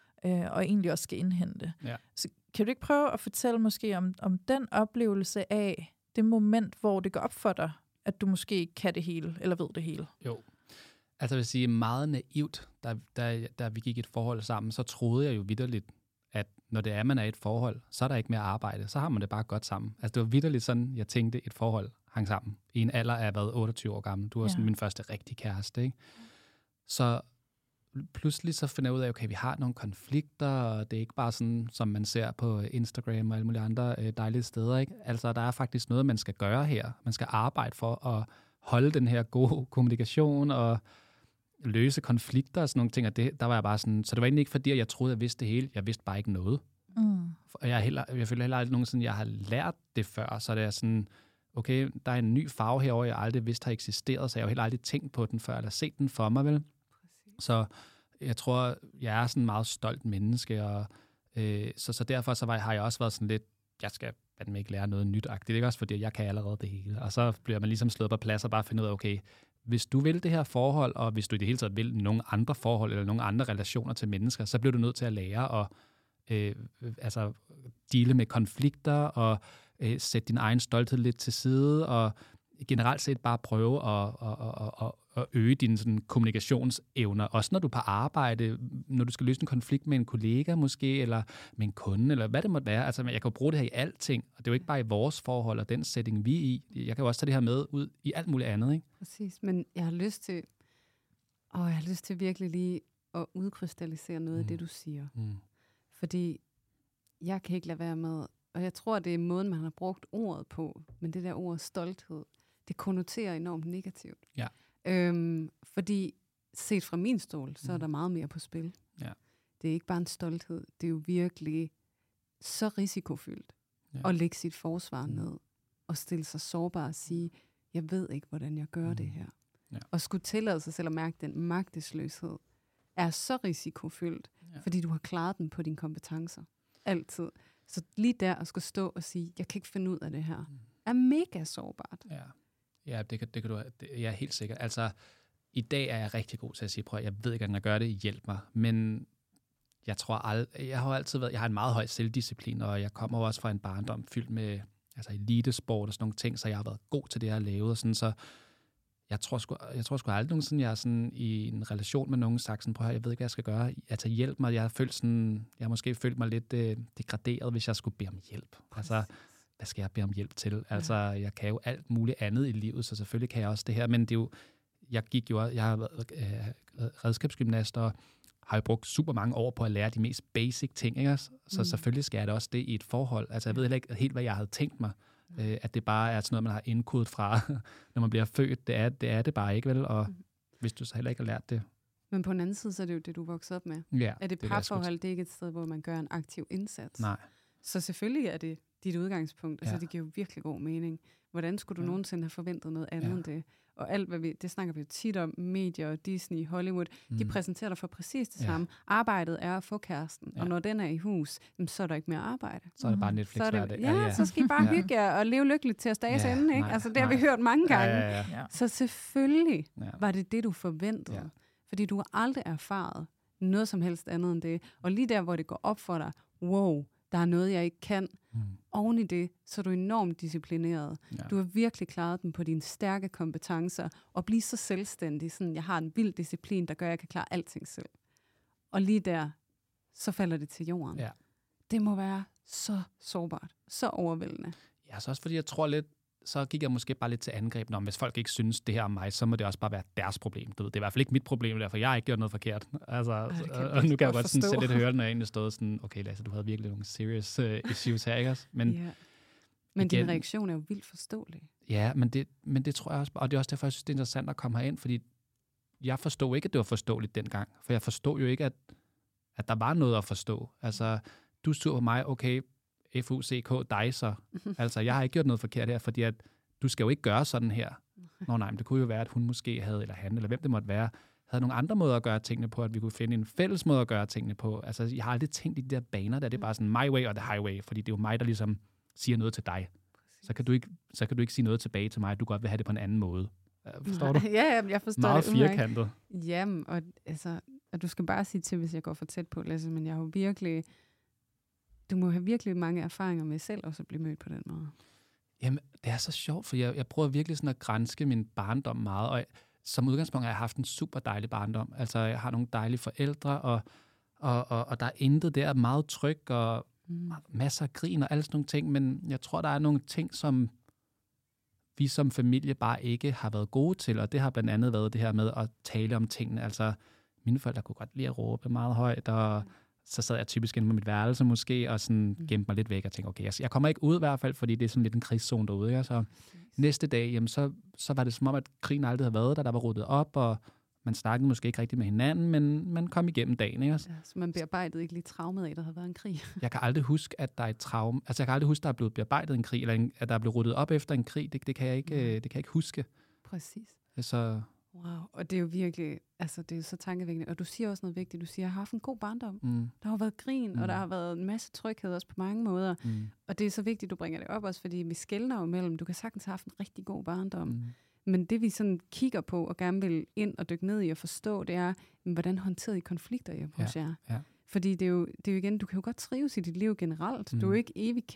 og egentlig også skal indhente. Ja. Så kan du ikke prøve at fortælle måske om den oplevelse af det moment, hvor det går op for dig, at du måske ikke kan det hele, eller ved det hele? Jo. Altså jeg vil sige, meget naivt, da vi gik i et forhold sammen, så troede jeg jo vitterligt, at når det er, man er i et forhold, så er der ikke mere arbejde. Så har man det bare godt sammen. Altså det var vitterligt sådan, jeg tænkte, et forhold hang sammen. I en alder af 28 år gammel. Du var sådan min første rigtige kæreste, ikke? Så pludselig så finder jeg ud af, okay, vi har nogle konflikter, og det er ikke bare sådan, som man ser på Instagram og alle mulige andre dejlige steder, ikke? Altså, der er faktisk noget, man skal gøre her. Man skal arbejde for at holde den her gode kommunikation og løse konflikter og sådan nogle ting, og der var jeg bare sådan, så det var egentlig ikke fordi, at jeg troede, at jeg vidste det hele. Jeg vidste bare ikke noget. Og jeg føler heller aldrig nogensinde, jeg har lært det før, så det er sådan, okay, der er en ny farve herovre, jeg aldrig vidste har eksisteret, så jeg har jo heller aldrig tænkt på den før, eller set den for mig, vel? Præcis. Så jeg tror, jeg er sådan en meget stolt menneske, og så derfor har jeg også været sådan lidt, jeg skal fandme ikke lære noget nyt-agtigt. Det er ikke også fordi, jeg kan allerede det hele. Og så bliver man ligesom slået på plads og bare finde ud af, okay, hvis du vil det her forhold, og hvis du i det hele taget vil nogle andre forhold, eller nogle andre relationer til mennesker, så bliver du nødt til at lære at deale med konflikter, og sætte din egen stolthed lidt til side, og generelt set bare prøve at øge dine sådan, kommunikationsevner. Også når du er på arbejde, når du skal løse en konflikt med en kollega måske, eller med en kunde, eller hvad det måtte være. Altså, jeg kan jo bruge det her i alting, og det er jo ikke bare i vores forhold og den setting, vi er i. Jeg kan jo også tage det her med ud i alt muligt andet, ikke? Præcis, men jeg har lyst til virkelig lige at udkrystallisere noget af det, du siger. Fordi jeg kan ikke lade være med, og jeg tror, det er måden, man har brugt ordet på, men det der ord stolthed, det konnoterer enormt negativt. Ja. Fordi set fra min stol, så er der meget mere på spil. Ja. Det er ikke bare en stolthed, det er jo virkelig så risikofyldt at lægge sit forsvar ned, og stille sig sårbar og sige, jeg ved ikke, hvordan jeg gør det her. Ja. Og skulle tillade sig selv at mærke den magtesløshed, er så risikofyldt, fordi du har klaret den på dine kompetencer. Altid. Så lige der at skulle stå og sige, jeg kan ikke finde ud af det her, er mega sårbart. Ja, det kan du. Jeg er helt sikker. Altså, i dag er jeg rigtig god til at sige, prøv, jeg ved ikke, hvordan jeg gør det, hjælp mig. Men jeg har en meget høj selvdisciplin, og jeg kommer også fra en barndom fyldt med elitesport og sådan nogle ting, så jeg har været god til det, jeg har lavet, og sådan, så jeg tror sgu aldrig nogensinde, jeg er sådan i en relation med nogen sagt sådan, prøv at jeg ved ikke, hvad jeg skal gøre. Altså hjælp mig. Jeg har måske følt mig lidt degraderet, hvis jeg skulle bede om hjælp. Altså, hvad skal jeg bede om hjælp til? Altså, jeg kan jo alt muligt andet i livet, så selvfølgelig kan jeg også det her, men det er jo jeg har været redskabsgymnast, og har jo brugt super mange år på at lære de mest basic ting, ikke? Så selvfølgelig skal jeg da også det i et forhold. Altså, jeg ved heller ikke helt, hvad jeg havde tænkt mig. At det bare er sådan noget, man har indkodet fra, når man bliver født. Det er det bare ikke, vel? Og hvis du så heller ikke har lært det. Men på den anden side, så er det jo det, du voksede op med. Ja, er det parforhold, det er ikke et sted, hvor man gør en aktiv indsats? Nej. Så selvfølgelig er det dit udgangspunkt. Altså, det giver jo virkelig god mening. Hvordan skulle du nogensinde have forventet noget andet end det? Og alt, hvad det snakker vi jo tit om, medier, Disney, Hollywood, de præsenterer dig for præcis det samme. Arbejdet er at få kæresten, og når den er i hus, så er der ikke mere arbejde. Så er det bare Netflix hver dag. Ja, så skal I bare hygge jer og leve lykkeligt til at dages ende, ikke? Altså, det har vi hørt mange gange. Ja. Så selvfølgelig var det, du forventede. Ja. Fordi du har aldrig erfaret noget som helst andet end det. Og lige der, hvor det går op for dig, wow, der er noget, jeg ikke kan. Oven i det, så er du enormt disciplineret. Ja. Du har virkelig klaret den på dine stærke kompetencer, og blive så selvstændig. Sådan, jeg har en vild disciplin, der gør, at jeg kan klare alting selv. Og lige der, så falder det til jorden. Ja. Det må være så sårbart, så overvældende. Ja, så også fordi jeg tror lidt, så gik jeg måske bare lidt til angreb. Nå, hvis folk ikke synes det her om mig, så må det også bare være deres problem. Du ved, det er i hvert fald ikke mit problem, derfor jeg har ikke gjort noget forkert. Altså, og nu kan jeg godt sådan selv lidt høre, når jeg egentlig stod sådan, okay Lasse, du havde virkelig nogle serious issues her, ikke også? Men igen, din reaktion er jo vildt forståelig. Ja, men det tror jeg også, og det er også derfor, jeg synes, det er interessant at komme herind, fordi jeg forstod ikke, at det var forståeligt dengang, for jeg forstod jo ikke, at der var noget at forstå. Altså, du stod på mig, okay, FUCK, dig så. Altså, jeg har ikke gjort noget forkert her, fordi at du skal jo ikke gøre sådan her. Nå nej, men det kunne jo være, at hun måske havde, eller han, eller hvem det måtte være, havde nogle andre måder at gøre tingene på, at vi kunne finde en fælles måde at gøre tingene på. Altså, jeg har aldrig tænkt i de der baner, der det er bare sådan my way or the highway, fordi det er jo mig, der ligesom siger noget til dig. Så kan du ikke sige noget tilbage til mig, at du godt vil have det på en anden måde. Forstår du? Ja, jeg forstår meget det. Meget firkantet. Jamen, og altså, du skal bare sige til, hvis jeg går for tæt på, Lasse, men jeg har jo virkelig... Du må have virkelig mange erfaringer med selv også at blive mødt på den måde. Jamen, det er så sjovt, for jeg prøver virkelig sådan at granske min barndom meget, og som udgangspunkt har jeg haft en super dejlig barndom. Altså, jeg har nogle dejlige forældre, og der er intet der, meget tryg, og masser af grin og alle sådan nogle ting, men jeg tror, der er nogle ting, som vi som familie bare ikke har været gode til, og det har blandt andet været det her med at tale om tingene. Altså, mine forældre kunne godt lide at råbe meget højt, og så sad jeg typisk inde på mit værelse måske, og sådan gemte mig lidt væk og tænkte, okay, jeg kommer ikke ud i hvert fald, fordi det er sådan lidt en krigszone derude. Ja? Så næste dag, jamen, så var det som om, at krigen aldrig havde været der var ryddet op, og man snakkede måske ikke rigtig med hinanden, men man kom igennem dagen. Ikke? Ja, så man bearbejdede ikke lige traumet af, der havde været en krig. Jeg kan aldrig huske, at der er et traume. Altså, jeg kan aldrig huske, at der er blevet bearbejdet en krig, eller at der er blevet ryddet op efter en krig. Det kan jeg ikke huske. Præcis. Så... Wow, og det er jo virkelig, altså det er jo så tankevækkende. Og du siger også noget vigtigt. Du siger, jeg har haft en god barndom. Der har været grin, og der har været en masse tryghed også på mange måder. Og det er så vigtigt, du bringer det op også, fordi vi skelner jo mellem, du kan sagtens have haft en rigtig god barndom. Men det vi sådan kigger på, og gerne vil ind og dykke ned i og forstå, det er, hvordan håndterede I konflikter hos jer? Ja. Fordi det er jo igen, du kan jo godt trives i dit liv generelt. Du er ikke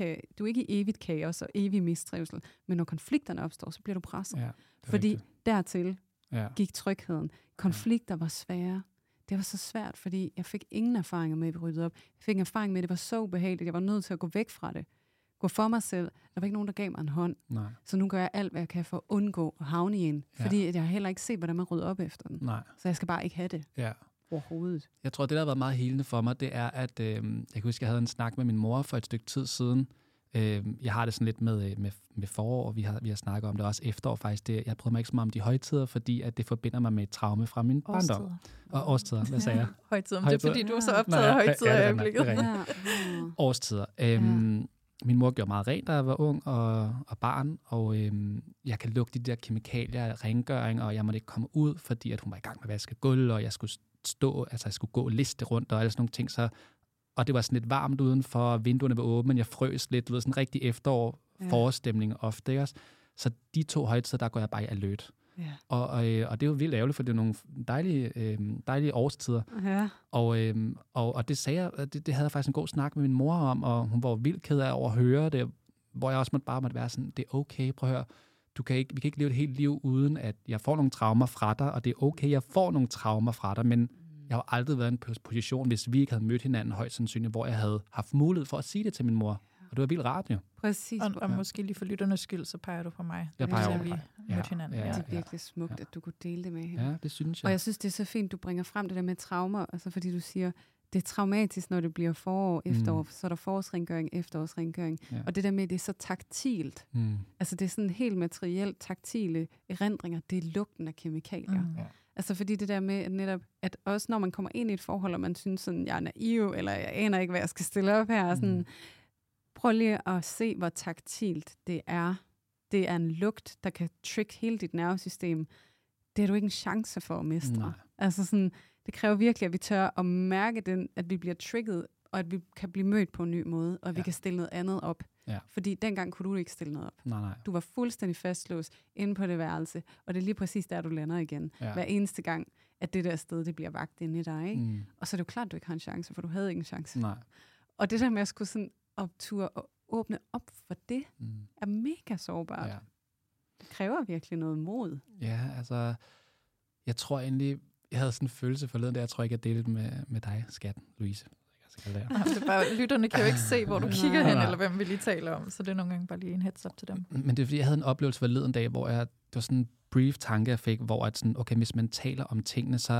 i evigt kaos og evig mistrivsel. Men når konflikterne opstår, så bliver du presset. Ja, fordi rigtigt. Dertil gik trygheden. Konflikter var svære. Det var så svært, fordi jeg fik ingen erfaringer med, at vi ryddede op. Jeg fik en erfaring med, at det var så ubehageligt. Jeg var nødt til at gå væk fra det. Gå for mig selv. Der var ikke nogen, der gav mig en hånd. Nej. Så nu gør jeg alt, hvad jeg kan for at undgå at havne i en. Fordi jeg har heller ikke set, hvordan man rydder op efter den. Nej. Så jeg skal bare ikke have det. Ja. Overhovedet. Jeg tror, det, der har været meget helende for mig, det er, at jeg kan huske, jeg havde en snak med min mor for et stykke tid siden. Jeg har det sådan lidt med forår, og vi har snakket om det også efterår faktisk. Jeg prøver mig ikke så meget om de højtider, fordi at det forbinder mig med et traume fra min barndom. Og årstider, hvad sagde jeg? Højtider, det er fordi, du er så optaget af højtider i øjeblikket. Årstider. Min mor gjorde meget rent, da jeg var ung og barn, og jeg kan lugte de der kemikalier, rengøring, og jeg måtte ikke komme ud, fordi at hun var i gang med at vaske gulv, og jeg skulle jeg skulle gå og liste rundt og alle sådan nogle ting, og det var sådan lidt varmt udenfor, vinduerne var åbne, men jeg frøs lidt, sådan en rigtig efterår, forårsstemning ofte, ikke også? Så de 2 højtider, der går jeg bare i alert. Ja. Og det er jo vildt ærgerligt, for det er nogle dejlige årstider. Ja. Og det sagde jeg, det havde jeg faktisk en god snak med min mor om, og hun var vildt ked af over at høre det, hvor jeg også måtte være sådan, det er okay, prøv at høre, vi kan ikke leve et helt liv uden, at jeg får nogle traumer fra dig, og det er okay, jeg får nogle traumer fra dig, men jeg har aldrig været i en position, hvis vi ikke havde mødt hinanden højst sandsynligt, hvor jeg havde haft mulighed for at sige det til min mor. Og det var vildt rart, jo. Præcis. Og måske lige for lytternes skyld, så peger du på mig. Jeg peger over vi dig. mødte hinanden. Det er virkelig smukt, at du kunne dele det med hende. Ja, det synes jeg. Og jeg synes, det er så fint, du bringer frem det der med traumer, altså fordi du siger, det er traumatisk, når det bliver forår, efterår, så er der forårsrengøring, efterårsrengøring. Ja. Og det der med, det er så taktilt. Altså det er sådan helt materielt, taktile erindringer, det er lugten af kemikalier. Ja. Altså fordi det der med, at netop, at også når man kommer ind i et forhold, og man synes sådan, jeg er naiv, eller jeg aner ikke, hvad jeg skal stille op her, sådan, prøv lige at se, hvor taktilt det er. Det er en lugt, der kan trick hele dit nervesystem. Det har du ikke en chance for at mestre. Nej. Altså sådan, det kræver virkelig, at vi tør at mærke den, at vi bliver trigget, og at vi kan blive mødt på en ny måde, og at vi kan stille noget andet op. Ja. Fordi dengang kunne du ikke stille noget op. Nej. Du var fuldstændig fastlåst inde på det værelse, og det er lige præcis der, du lander igen. Ja. Hver eneste gang, at det der sted, det bliver vagt inde i dig. Ikke? Og så er det jo klart, at du ikke har en chance, for du havde ikke en chance. Nej. Og det der med at skulle sådan opture og åbne op for det, er mega sårbart. Ja. Det kræver virkelig noget mod. Ja, altså, jeg tror egentlig, jeg havde sådan en følelse forleden, der jeg tror ikke, jeg delte med dig, skatten, Louise. Det er bare, lytterne kan jo ikke se, hvor du kigger hen, eller hvem vi lige taler om, så det er nogle gange bare lige en heads up til dem. Men det er fordi, jeg havde en oplevelse forleden dag, hvor det var sådan en brief tanke, jeg fik, hvor at sådan, okay, hvis man taler om tingene, så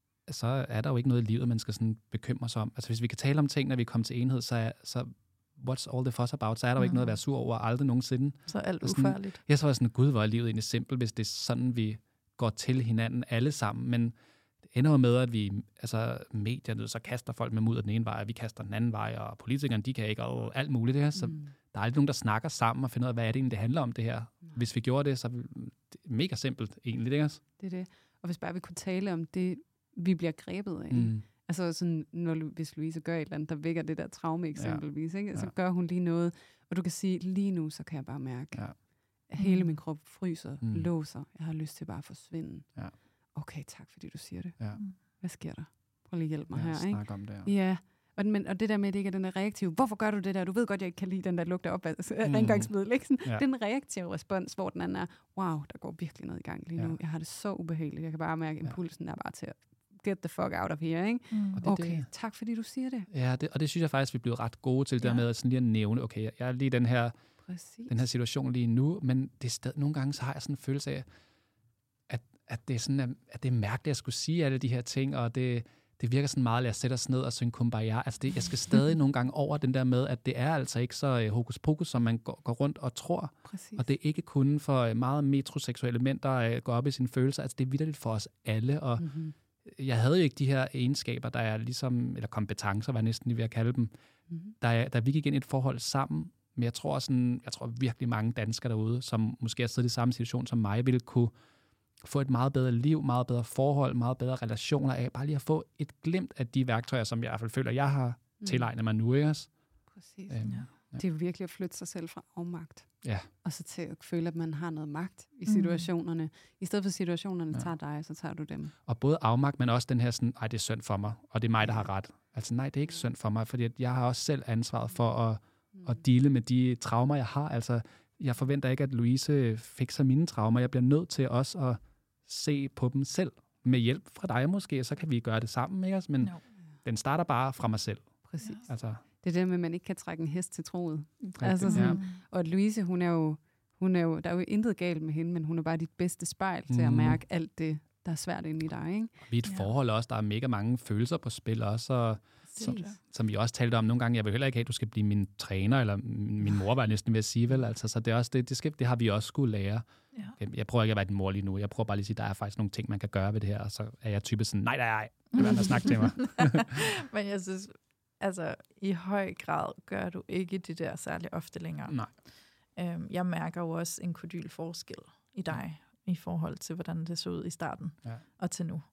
er der jo ikke noget i livet, man skal sådan bekymre sig om. Altså hvis vi kan tale om tingene, når vi kommer til enhed, så what's all the fuss about? Så er der jo ikke noget at være sur over, aldrig nogensinde. Så alt ufarligt. Jeg så var sådan, gud, hvor er livet egentlig simpelt, hvis det er sådan, vi går til hinanden alle sammen, men det ender jo med, at vi, altså medierne, så kaster folk med mudder den ene vej, og vi kaster den anden vej, og politikerne, de kan ikke, og alt muligt det her, så der er aldrig nogen, der snakker sammen og finder ud af, hvad er det egentlig, det handler om det her. Hvis vi gjorde det, så er det mega simpelt egentlig, ikke? Det er det. Og hvis bare vi kunne tale om det, vi bliver grebet af. Altså sådan, hvis Louise gør et eller andet, der vækker det der traume eksempelvis, ikke? Så gør hun lige noget, og du kan sige, lige nu, så kan jeg bare mærke, at hele min krop fryser, låser, jeg har lyst til bare at forsvinde. Ja. Okay, tak fordi du siger det. Ja. Hvad sker der? Prøv lige at hjælpe mig her. Ikke? Snak om det. Ja. Og det der med, at det ikke er den der reaktive, hvorfor gør du det der? Du ved godt, jeg ikke kan lide den der lugt af rengøringsmiddel. Ikke? Den reaktive respons, hvor den anden er, wow, der går virkelig noget i gang lige nu. Jeg har det så ubehageligt. Jeg kan bare mærke, impulsen er bare til at get the fuck out of here. Ikke? Okay, tak fordi du siger det. Ja, og det synes jeg faktisk, vi bliver ret gode til, der med at, sådan lige at nævne, okay, jeg er lige den her situation lige nu, men det er stadig, nogle gange, så har jeg sådan en følelse af, at det er sådan, at det er mærkeligt at skulle sige alle de her ting, og det virker sådan meget, at jeg sætter os ned og synger Kumbaya. Altså jeg skal stadig nogle gange over den der med, at det er altså ikke så hokus pokus, som man går rundt og tror. Præcis. Og det er ikke kun for meget metroseksuelle mænd, der går op i sine følelser. Altså det er vitterligt for os alle, og jeg havde jo ikke de her egenskaber, der er ligesom, eller kompetencer, hvad jeg næsten lige ved at kalde dem, da vi gik ind i et forhold sammen. Men jeg tror virkelig mange danskere derude, som måske har siddet i samme situation som mig, ville kunne få et meget bedre liv, meget bedre forhold, meget bedre relationer af, bare lige at få et glimt af de værktøjer, som jeg i hvert fald føler, jeg har tilegnet mig nu, ikke også? Præcis. Det er jo virkelig at flytte sig selv fra afmagt. Ja. Og så til at føle, at man har noget magt i situationerne. I stedet for situationerne tager dig, så tager du dem. Og både afmagt, men også den her sådan, det er synd for mig, og det er mig, der har ret. Altså nej, det er ikke synd for mig, fordi jeg har også selv ansvaret for at deale med de traumer, jeg har. Altså, jeg forventer ikke, at Louise fikser mine traumer. Jeg bliver nødt til også at se på dem selv. Med hjælp fra dig måske, så kan vi gøre det sammen, ikke? Men den starter bare fra mig selv. Præcis. Altså. Det er det med, at man ikke kan trække en hest til troet. Altså sådan, og at Louise, hun er jo, der er jo intet galt med hende, men hun er bare dit bedste spejl til at mærke alt det, der er svært inde i dig. Ikke? Og vi er et forhold også, der er mega mange følelser på spil også, og som vi også talte om nogle gange, jeg vil heller ikke have, at du skal blive min træner, eller min mor, var jeg næsten ved at sige, vel? Altså, så det er også det har vi også skulle lære. Ja. Jeg prøver ikke at være din mor lige nu. Jeg prøver bare lige at sige, at der er faktisk nogle ting, man kan gøre ved det her, og så er jeg typisk sådan, nej, det vil snakke til mig. Men jeg synes, altså i høj grad gør du ikke det der særlig ofte længere. Nej. Jeg mærker jo også en kodyl forskel i dig, i forhold til, hvordan det så ud i starten og til nu.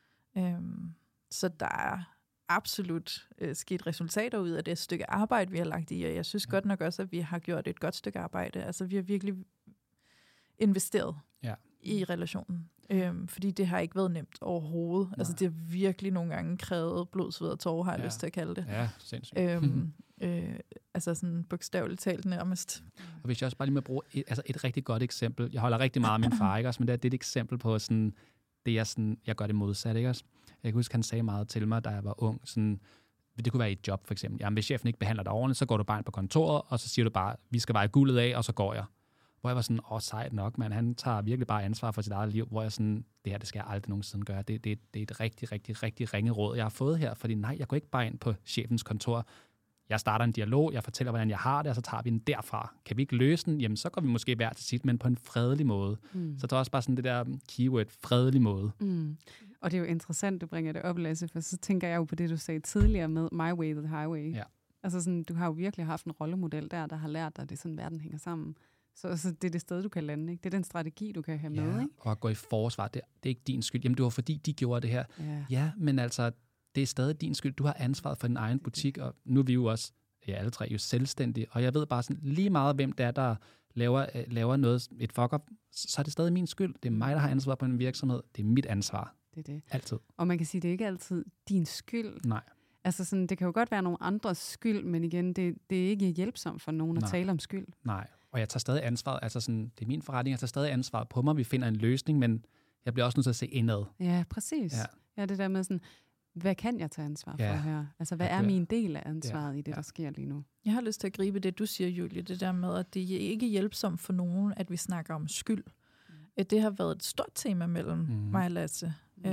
Så der er absolut sket resultater ud af det stykke arbejde, vi har lagt i, og jeg synes godt nok også, at vi har gjort et godt stykke arbejde. Altså vi har virkelig investeret i relationen. Fordi det har ikke været nemt overhovedet. Altså det har virkelig nogle gange krævet blod, sved og tårer, har jeg lyst til at kalde det. Ja, sindssygt. Altså sådan bogstaveligt talt nærmest. Og hvis jeg også bare lige må bruge et rigtig godt eksempel. Jeg holder rigtig meget af min far, ikke også? Men det er et eksempel på sådan, det jeg gør det modsatte, ikke også? Jeg kan huske, han sagde meget til mig, da jeg var ung, sådan, det kunne være i et job for eksempel. Jamen, hvis chefen ikke behandler dig ordentligt, så går du bare ind på kontoret, og så siger du bare, vi skal veje guldet af, og så går jeg. Hvor jeg var sådan, sejt nok, man. Han tager virkelig bare ansvar for sit eget liv, hvor jeg sådan, det skal jeg aldrig nogensinde gøre. Det er et rigtig, rigtig, rigtig ringe råd, jeg har fået her, fordi nej, jeg går ikke bare ind på chefens kontor. Jeg starter en dialog, jeg fortæller, hvordan jeg har det, og så tager vi den derfra. Kan vi ikke løse den? Jamen, så går vi måske hver til sit, men på en fredelig måde. Så det er også bare sådan det der keyword, fredelig måde. Og det er jo interessant, du bringer det op, Lasse, for så tænker jeg jo på det, du sagde tidligere med My Way, the Highway. Ja. Altså sådan, du har jo virkelig haft en rollemodel der har lært dig, at det er sådan, verden hænger sammen. Så det er det sted, du kan lande, ikke? Det er den strategi, du kan have med, ikke? Og at gå i forsvar, det er ikke din skyld. Jamen, det var fordi, de gjorde det her. Ja, men altså, det er stadig din skyld. Du har ansvaret for din egen butik, og nu er vi jo også, alle tre, jo selvstændige. Og jeg ved bare sådan, lige meget, hvem det er, der laver noget, et fuck-up, så er det stadig min skyld. Det er mig, der har ansvar på en virksomhed. Det er mit ansvar. Det er det. Altid. Og man kan sige, det er ikke altid din skyld. Nej. Altså sådan, det kan jo godt være nogle andres skyld, men igen, det er ikke hjælpsomt for nogen at tale om skyld. Nej, og jeg tager stadig ansvaret. Altså sådan, det er min forretning, jeg tager stadig ansvaret på mig. Vi finder en løsning, men jeg bliver også nødt til at se indad. Ja, præcis. Ja, det der med sådan, hvad kan jeg tage ansvar for her? Altså, hvad er min del af ansvaret i det, der sker lige nu? Jeg har lyst til at gribe det, du siger, Julie, det der med, at det er ikke hjælpsomt for nogen, at vi snakker om skyld. Det har været et stort tema mellem mig og Lasse.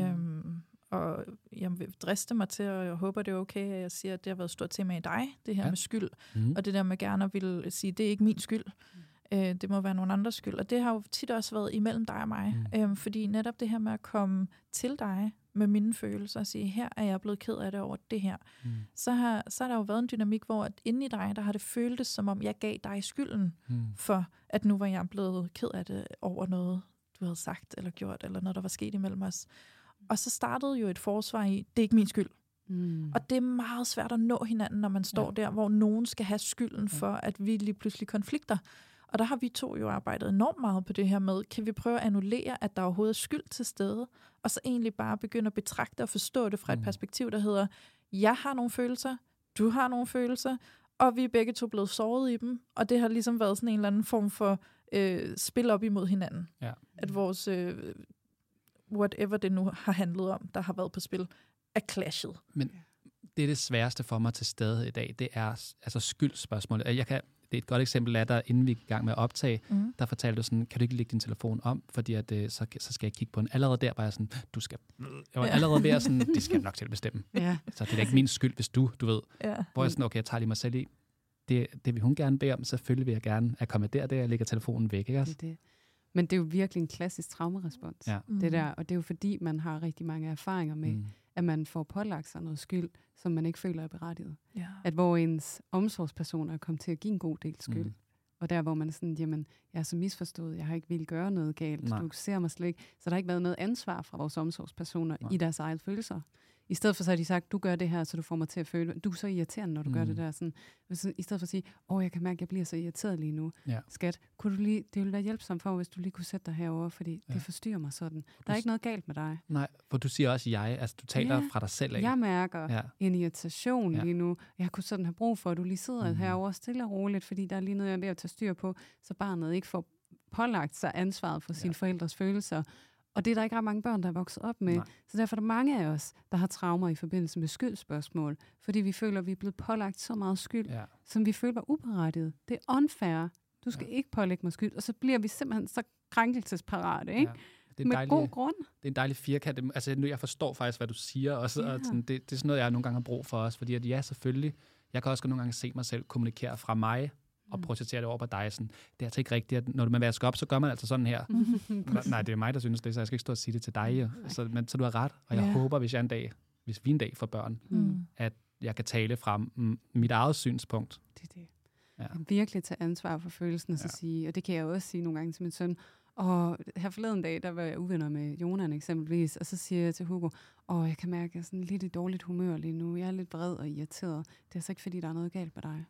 Og jeg vil driste mig til, og jeg håber, det er okay, at jeg siger, at det har været et stort tema i dig, det her med skyld. Og det der med gerne vil sige, det er ikke min skyld. Det må være nogen andres skyld. Og det har jo tit også været imellem dig og mig. Fordi netop det her med at komme til dig med mine følelser og sige, her er jeg blevet ked af det over det her. Så har der jo været en dynamik, hvor at inde i dig, der har det føltes, som om jeg gav dig skylden for, at nu var jeg blevet ked af det over noget, du havde sagt eller gjort, eller noget, der var sket imellem os. Og så startede jo et forsvar i, det er ikke min skyld. Og det er meget svært at nå hinanden, når man står der, hvor nogen skal have skylden for, at vi lige pludselig konflikter. Og der har vi to jo arbejdet enormt meget på det her med, kan vi prøve at annullere, at der overhovedet er skyld til stede, og så egentlig bare begynde at betragte og forstå det fra et perspektiv, der hedder, jeg har nogle følelser, du har nogle følelser, og vi er begge to blevet såret i dem, og det har ligesom været sådan en eller anden form for spil op imod hinanden. At vores whatever det nu har handlet om, der har været på spil, er clashet. Men det er det sværeste for mig til stede i dag, det er altså skyldspørgsmålet. Det er et godt eksempel af, der inden vi er i gang med at optage, der fortalte du sådan, kan du ikke lægge din telefon om, fordi at, så skal jeg kigge på den. Allerede der var jeg sådan, jeg var allerede ved at sådan, det skal jeg nok til at bestemme. Så det er ikke min skyld, hvis du ved. Hvor jeg sådan, okay, jeg tager lige mig selv i. Det vil hun gerne bede om, selvfølgelig vil jeg gerne akkommodere det, jeg lægger telefonen væk, ikke også? Det. Men det er jo virkelig en klassisk traumerespons, det der. Og det er jo fordi, man har rigtig mange erfaringer med, at man får pålagt sig noget skyld, som man ikke føler er berettiget. At hvor ens omsorgspersoner er kommet til at give en god del skyld. Og der, hvor man er sådan, jamen, jeg er så misforstået, jeg har ikke ville gøre noget galt, du ser mig slet ikke. Så der har ikke været noget ansvar fra vores omsorgspersoner i deres eget følelser. I stedet for så har de sagt, du gør det her, så du får mig til at føle, du er så irriterende, når du gør det der. Sådan, i stedet for at sige, jeg kan mærke, at jeg bliver så irriteret lige nu. Skat, kunne du lige, det ville være hjælpsomt for, hvis du lige kunne sætte dig herover, fordi det forstyrrer mig sådan. Der er ikke noget galt med dig. Nej, for du siger også jeg, altså du taler fra dig selv af. Jeg mærker en irritation lige nu. Jeg kunne sådan have brug for, at du lige sidder herover stille og roligt, fordi der er lige noget, jeg er ved at tage styr på, så barnet ikke får pålagt sig ansvaret for sine forældres følelser. Og det er der ikke ret mange børn, der er vokset op med. Så derfor er der mange af os, der har traumer i forbindelse med skyldspørgsmål, fordi vi føler, at vi er blevet pålagt så meget skyld, som vi føler var uberettiget. Det er unfair. Du skal ikke pålægge mig skyld. Og så bliver vi simpelthen så krænkelsesparate, ikke? Det er med god grund. Det er en dejlig firkant. Altså, jeg forstår faktisk, hvad du siger også. Og sådan, det er sådan noget, jeg nogle gange har brug for os. Fordi at, selvfølgelig, jeg kan også nogle gange se mig selv kommunikere fra mig, og projicere det over på dig. Sådan. Det er altså ikke rigtigt, at når man vasker op, så gør man altså sådan her. Nej, det er mig, der synes det, så jeg skal ikke stå og sige det til dig. Så du har ret, og jeg håber, hvis vi en dag får børn, at jeg kan tale fra mit eget synspunkt. Det er det. Ja. Virkelig tage ansvar for følelsen, og så sige, og det kan jeg også sige nogle gange til min søn. Og her forleden dag, der var jeg uvenner med Jonan eksempelvis, og så siger jeg til Hugo, jeg kan mærke, at jeg er sådan lidt i dårligt humør lige nu. Jeg er lidt vred og irriteret. Det er altså ikke, fordi der er noget galt med dig.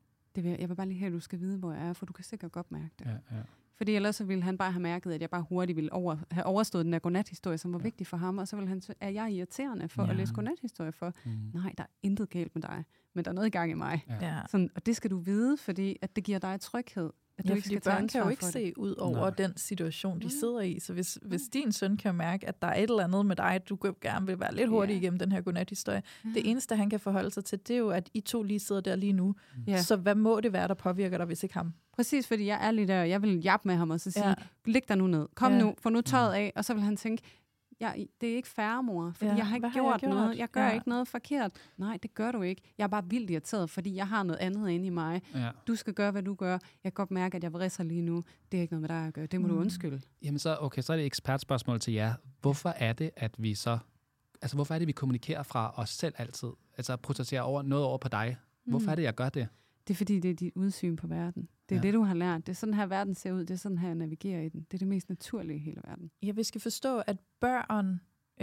Jeg vil bare lige have, at du skal vide, hvor jeg er, for du kan sikkert godt mærke det. Fordi ellers så ville han bare have mærket, at jeg bare hurtigt ville have overstået den der godnathistorie, som var vigtig for ham, og så ville han er jeg irriterende for at læse godnathistorie for? Nej, der er intet galt med dig, men der er noget i gang i mig. Sådan, og det skal du vide, fordi at det giver dig tryghed. at du ikke skal tage børn kan jo ansvar ikke for se ud over den situation, de sidder i. Så hvis din søn kan mærke, at der er et eller andet med dig, du gerne vil være lidt hurtig igennem den her godnathistorie, det eneste, han kan forholde sig til, det er jo, at I to lige sidder der lige nu. Så hvad må det være, der påvirker dig, hvis ikke ham? Præcis, fordi jeg er lige der, jeg vil jappe med ham og så sige, læg dig nu ned, kom nu, få nu tøjet af, og så vil han tænke, det er ikke fair, mor, fordi jeg har ikke gjort noget. Jeg gør ikke noget forkert. Nej, det gør du ikke. Jeg er bare vildt irriteret, fordi jeg har noget andet inde i mig. Ja. Du skal gøre, hvad du gør. Jeg kan godt mærke, at jeg vrisser lige nu. Det er ikke noget med dig at gøre. Det må du undskylde. Jamen så er det et ekspertspørgsmål til jer. Hvorfor er det, at vi så... Altså, hvorfor er det, vi kommunikerer fra os selv altid? Altså, processerer noget over på dig. Hvorfor er det, jeg gør det? Det er fordi, det er dit udsyn på verden. Det er det, du har lært. Det er sådan her, verden ser ud. Det er sådan her, jeg navigerer i den. Det er det mest naturlige i hele verden. Ja, vi skal forstå, at børn...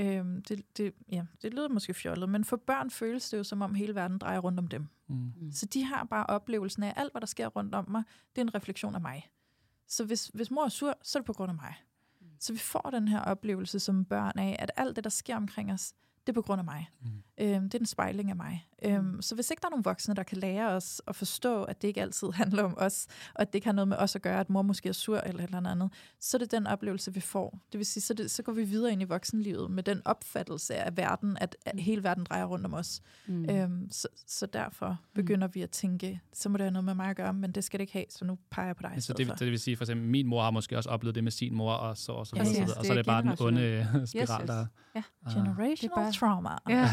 det lyder måske fjollet, men for børn føles det jo, som om hele verden drejer rundt om dem. Så de har bare oplevelsen af, at alt, hvad der sker rundt om mig, det er en refleksion af mig. Så hvis mor er sur, så er det på grund af mig. Så vi får den her oplevelse som børn af, at alt det, der sker omkring os, det er på grund af mig. Det er en spejling af mig. Så hvis ikke der er nogen voksne, der kan lære os at forstå, at det ikke altid handler om os, og at det ikke har noget med os at gøre, at mor måske er sur eller et eller andet, så er det den oplevelse, vi får. Det vil sige, så går vi videre ind i voksenlivet med den opfattelse af verden, at hele verden drejer rundt om os. Så derfor begynder vi at tænke, så må det have noget med mig at gøre, men det skal det ikke have, så nu peger jeg på dig. Så det vil sige, for eksempel, min mor har måske også oplevet det med sin mor, og så videre, og så er det bare den onde spiral, der... Generational trauma.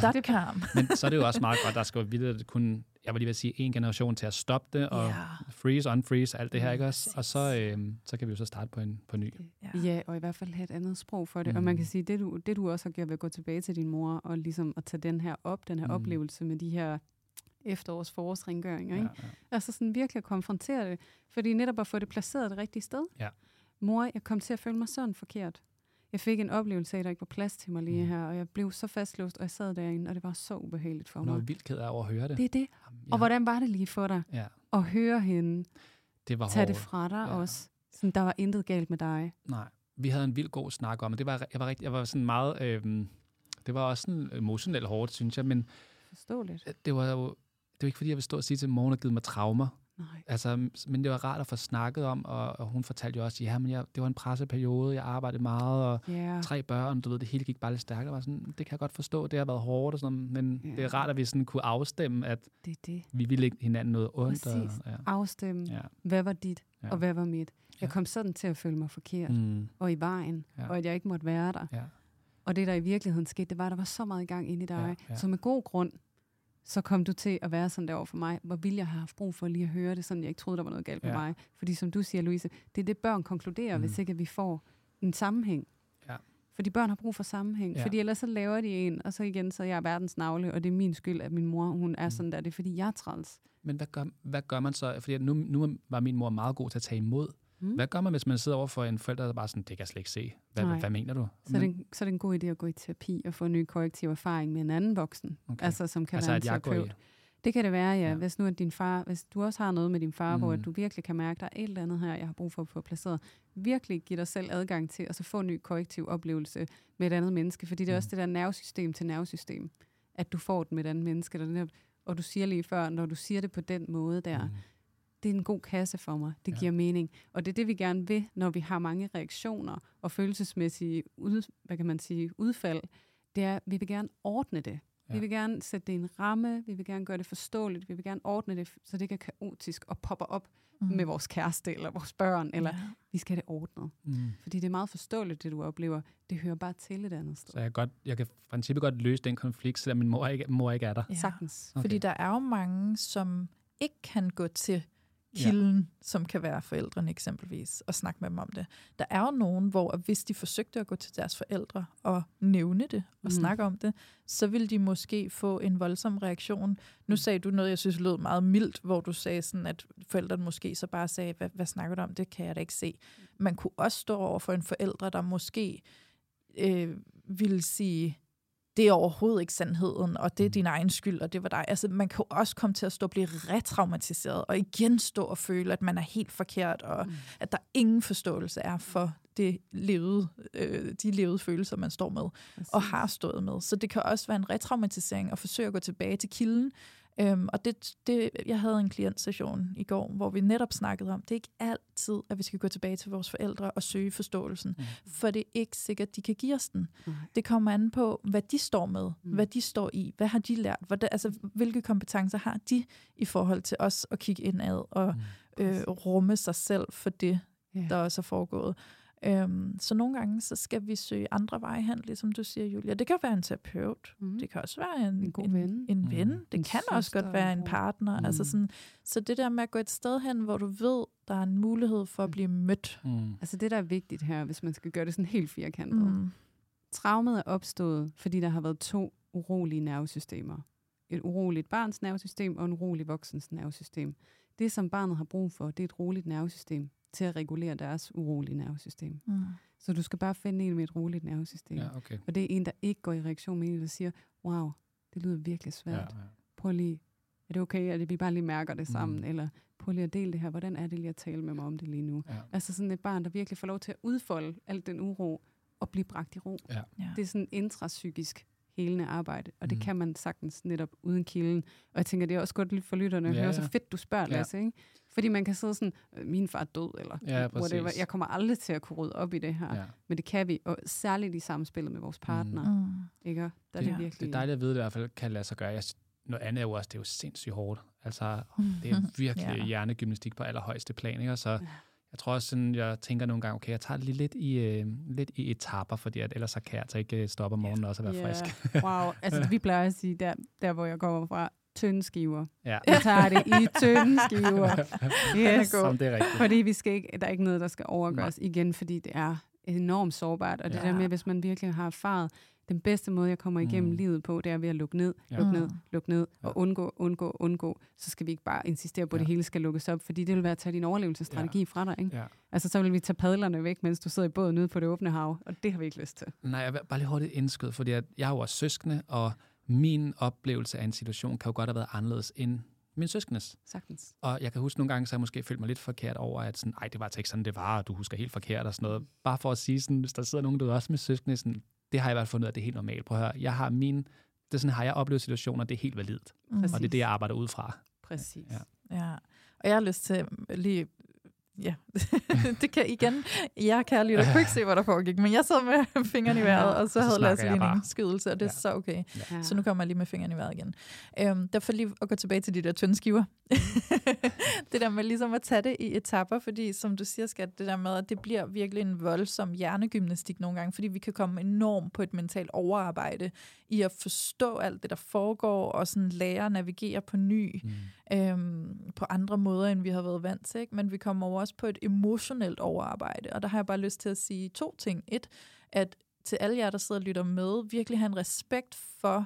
Men så er det jo også meget godt, der skal vildt kun, jeg vil lige sige, en generation til at stoppe det, og freeze, unfreeze, alt det her, ikke også? Og så kan vi jo så starte på ny. Ja, og i hvert fald have et andet sprog for det. Og man kan sige, det du også har gjort ved at gå tilbage til din mor, og ligesom at tage den her oplevelse med de her forårsrengøringer, ikke? Altså sådan virkelig at konfrontere det, fordi netop at få det placeret det rigtige sted. Ja. Mor, jeg kom til at føle mig sådan forkert. Jeg fik en oplevelse af, at der ikke var plads til mig lige her, og jeg blev så fastlåst, og jeg sad derinde, og det var så ubehageligt for mig. Jeg var vildt ked af over at høre det. Det er det. Og hvordan var det lige for dig at høre hende tage det fra dig også? Sådan, der var intet galt med dig. Nej, vi havde en vildt god snak om, og jeg var sådan meget, det var også sådan emotionelt hårdt, synes jeg, men forståeligt. Det var ikke fordi, jeg vil stå og sige til morgen, at givet mig traumer. Nej. Altså, men det var rart at få snakket om, og hun fortalte jo også, men det var en presseperiode, jeg arbejdede meget, og 3 børn, du ved, det hele gik bare lidt stærkere. Var sådan, det kan jeg godt forstå, det har været hårdt, og sådan, men det er rart, at vi sådan kunne afstemme, at vi ville ikke hinanden noget ondt. Præcis. Afstemme, hvad var dit, og hvad var mit. Jeg kom sådan til at føle mig forkert, og i vejen, og at jeg ikke måtte være der. Ja. Og det, der i virkeligheden skete, det var, at der var så meget i gang inde i dig, så med god grund, så kom du til at være sådan der over for mig. Hvor ville jeg have haft brug for lige at høre det, sådan jeg ikke troede, der var noget galt med mig. Fordi som du siger, Louise, det er det, børn konkluderer, hvis ikke at vi får en sammenhæng. Ja. Fordi børn har brug for sammenhæng. Ja. Fordi ellers så laver de en, og så igen, så er jeg verdens navle, og det er min skyld, at min mor, hun er sådan der. Det er fordi, jeg er træls. Men hvad gør man så? Fordi nu var min mor meget god til at tage imod. Hvad gør man, hvis man sidder over for en forælder, der bare sådan, det kan jeg slet ikke se. Hvad mener du? Så er det en god idé at gå i terapi og få en ny korrektiv erfaring med en anden voksen. Okay. Altså, som kan være en terapeut. Det kan det være, hvis nu er din far, hvis du også har noget med din far, hvor du virkelig kan mærke, der er et eller andet her, jeg har brug for at få placeret. Virkelig give dig selv adgang til at så få en ny korrektiv oplevelse med et andet menneske. Fordi det er også det der nervesystem til nervesystem, at du får det med et andet menneske. Og du siger lige før, når du siger det på den måde der, det er en god kasse for mig. Det giver mening. Og det er det, vi gerne vil, når vi har mange reaktioner og følelsesmæssige udfald. Det er, vi vil gerne ordne det. Ja. Vi vil gerne sætte det i en ramme. Vi vil gerne gøre det forståeligt. Vi vil gerne ordne det, så det ikke er kaotisk og popper op med vores kæreste eller vores børn. Eller vi skal have det ordnet. Fordi det er meget forståeligt, det du oplever. Det hører bare til et andet sted. Så jeg kan i princippet godt løse den konflikt, selvom min mor ikke er der. Ja. Sagtens. Okay. Fordi der er jo mange, som ikke kan gå til kilden, som kan være forældrene eksempelvis, og snakke med dem om det. Der er jo nogen, hvor hvis de forsøgte at gå til deres forældre og nævne det og snakke om det, så vil de måske få en voldsom reaktion. Nu sagde du noget, jeg synes lød meget mildt, hvor du sagde sådan, at forældrene måske så bare sagde, hvad snakker du om? Det kan jeg da ikke se. Man kunne også stå over for en forældre, der måske ville sige, det er overhovedet ikke sandheden, og det er din egen skyld, og det var dig. Altså, man kan jo også komme til at stå og blive retraumatiseret, og igen stå og føle, at man er helt forkert, og at der ingen forståelse er for de levede følelser, man står med, og har stået med. Så det kan også være en retraumatisering at forsøge at gå tilbage til kilden, Og jeg havde en klientsession i går, hvor vi netop snakkede om, det er ikke altid, at vi skal gå tilbage til vores forældre og søge forståelsen. For det er ikke sikkert, de kan give os den. Det kommer an på, hvad de står med, hvad de står i, hvad har de lært, hvilke kompetencer har de i forhold til os at kigge indad og rumme sig selv for det, der også er foregået. Så nogle gange, så skal vi søge andre veje hen, ligesom du siger, Julia. Det kan være en terapeut. Det kan også være en god ven. En ven. Det kan også godt være en partner. Altså sådan, så det der med at gå et sted hen, hvor du ved, der er en mulighed for at blive mødt. Altså det, der er vigtigt her, hvis man skal gøre det sådan helt firkantet. Traumet er opstået, fordi der har været 2 urolige nervesystemer. Et uroligt barns nervesystem og en urolig voksens nervesystem. Det, som barnet har brug for, det er et roligt nervesystem til at regulere deres urolige nervesystem. Så du skal bare finde en med et roligt nervesystem. Ja, okay. Og det er en, der ikke går i reaktion med en, der siger, wow, det lyder virkelig svært. Ja. Prøv lige, er det okay, at vi bare lige mærker det sammen? Eller prøv lige at dele det her, hvordan er det lige at tale med mig om det lige nu? Ja. Altså sådan et barn, der virkelig får lov til at udfolde al den uro og blive bragt i ro. Ja. Det er sådan intrapsykisk helende arbejde, og det kan man sagtens netop uden kilden. Og jeg tænker, det er også godt for lytterne. Det er så fedt, du spørger, Lasse, ikke? Fordi man kan sidde sådan, min far er død, eller whatever. Jeg kommer aldrig til at kunne rydde op i det her. Ja. Men det kan vi, og særligt i samspillet med vores partner. Ikke? Der er det virkelig... Det er dejligt at vide, det i hvert fald kan lade sig gøre. Noget andet er jo også, det er jo sindssygt hårdt. Altså, det er virkelig hjernegymnastik på allerhøjeste plan, ikke? Så jeg tror også sådan, jeg tænker nogle gange, okay, jeg tager det lidt i etaper, fordi at ellers så kan jeg altså ikke stoppe om morgenen også at være frisk. Wow, altså vi plejer at sige, der hvor jeg kommer fra, tynde skiver. Ja. Jeg tager det i tynde skiver. Yes. Det er rigtigt. Fordi der er ikke noget, der skal overgøres igen, fordi det er enormt sårbart. Og det der med, hvis man virkelig har erfaret, den bedste måde, jeg kommer igennem livet på, det er ved at lukke ned, og undgå. Så skal vi ikke bare insistere på, at det hele skal lukkes op, fordi det vil være at tage din overlevelsesstrategi fra dig. Ikke? Ja. Altså, så vil vi tage padlerne væk, mens du sidder i båden ude på det åbne hav, og det har vi ikke lyst til. Nej, jeg vil bare lige hurtigt indskyde, fordi jeg er jo også søskende, og min oplevelse af en situation kan jo godt have været anderledes end min søskendes. Sagtens. Og jeg kan huske nogle gange, så jeg måske følt mig lidt forkert over, at sådan, det var altså ikke sådan, det var, og du husker helt forkert og sådan noget. Bare for at sige sådan, hvis der sidder nogen, der også med søskende, sådan, det har jeg i hvert fald fundet ud af, det er helt normalt. Prøv at høre, har jeg oplevet situationer, det er helt validt. Og det er det, jeg arbejder ud fra. Præcis. Ja. Og jeg har lyst til lige... Ja, det kan igen. Jeg kan lige ikke se, hvad der foregik, men jeg sad med fingrene i vejret, og så havde Lasse lige en indskydelse, og det er så okay. Ja. Så nu kommer jeg lige med fingrene i vejret igen. Derfor lige at gå tilbage til de der tynde skiver. Det der med ligesom at tage det i etapper, fordi som du siger, Skat, det der med, at det bliver virkelig en voldsom hjernegymnastik nogle gange, fordi vi kan komme enormt på et mentalt overarbejde i at forstå alt det, der foregår, og sådan lære at navigere på ny, på andre måder, end vi har været vant til. Ikke? Men vi kommer over også på et emotionelt overarbejde, og der har jeg bare lyst til at sige 2 ting. 1, at til alle jer, der sidder og lytter med, virkelig have en respekt for,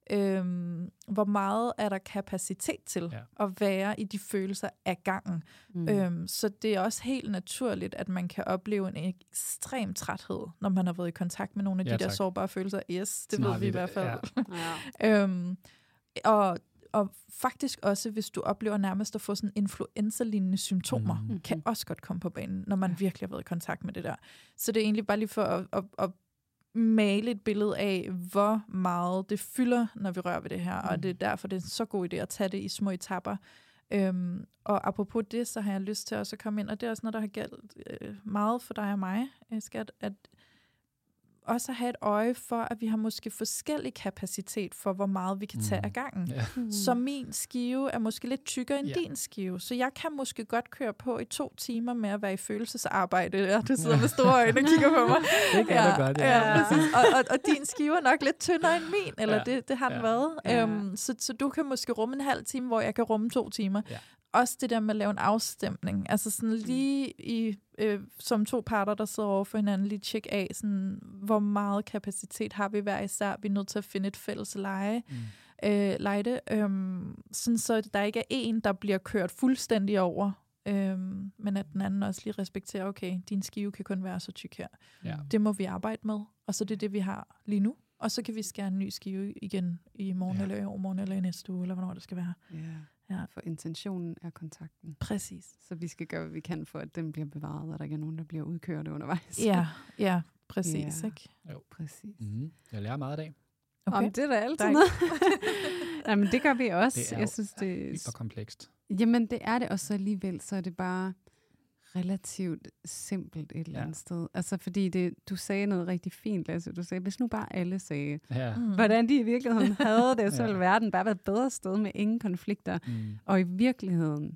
hvor meget er der kapacitet til at være i de følelser af gangen. Så det er også helt naturligt, at man kan opleve en ekstrem træthed, når man har været i kontakt med nogle af de der sårbare følelser. Yes, det ved vi i hvert fald. Ja. Og faktisk også, hvis du oplever nærmest at få sådan influenza-lignende symptomer, kan også godt komme på banen, når man virkelig har været i kontakt med det der. Så det er egentlig bare lige for at male et billede af, hvor meget det fylder, når vi rører ved det her, og det er derfor, det er en så god idé at tage det i små etapper. Og apropos det, så har jeg lyst til også at komme ind, og det er også noget, der har gældt meget for dig og mig, Skat, at også at have et øje for, at vi har måske forskellig kapacitet for, hvor meget vi kan tage af gangen. Yeah. Så min skive er måske lidt tykkere end din skive. Så jeg kan måske godt køre på i 2 timer med at være i følelsesarbejde. Ja, du sidder med store øjne og kigger på mig. Det kan du godt, ja. Og din skive er nok lidt tyndere end min, eller det har den været. Så du kan måske rumme en halv time, hvor jeg kan rumme 2 timer. Ja. Også det der med at lave en afstemning. Altså sådan lige som 2 parter, der sidder over for hinanden, lige tjek af, sådan, hvor meget kapacitet har vi hver især. Vi er nødt til at finde et fælles lejde. Sådan så der ikke er en, der bliver kørt fuldstændig over. Men at den anden også lige respekterer, okay, din skive kan kun være så tyk her. Ja. Det må vi arbejde med. Og så det er det, vi har lige nu. Og så kan vi skære en ny skive igen i morgen eller i overmorgen eller i næste uge, eller hvornår det skal være. Ja, for intentionen er kontakten. Præcis. Så vi skal gøre, hvad vi kan for, at den bliver bevaret, og der ikke er nogen, der bliver udkørt undervejs. Ja, præcis. Ja. Ikke? Jo, præcis. Jeg lærer meget af dag. Okay. Det er da altid noget. Jamen, det gør vi også. Det er jeg synes, det er for komplekst. Jamen, det er det, og så alligevel, så er det bare relativt simpelt et eller andet sted. Altså, fordi du sagde noget rigtig fint, Lasse. Du sagde, hvis nu bare alle sagde, hvordan de i virkeligheden havde det, så ville verden bare være et bedre sted med ingen konflikter. Og i virkeligheden,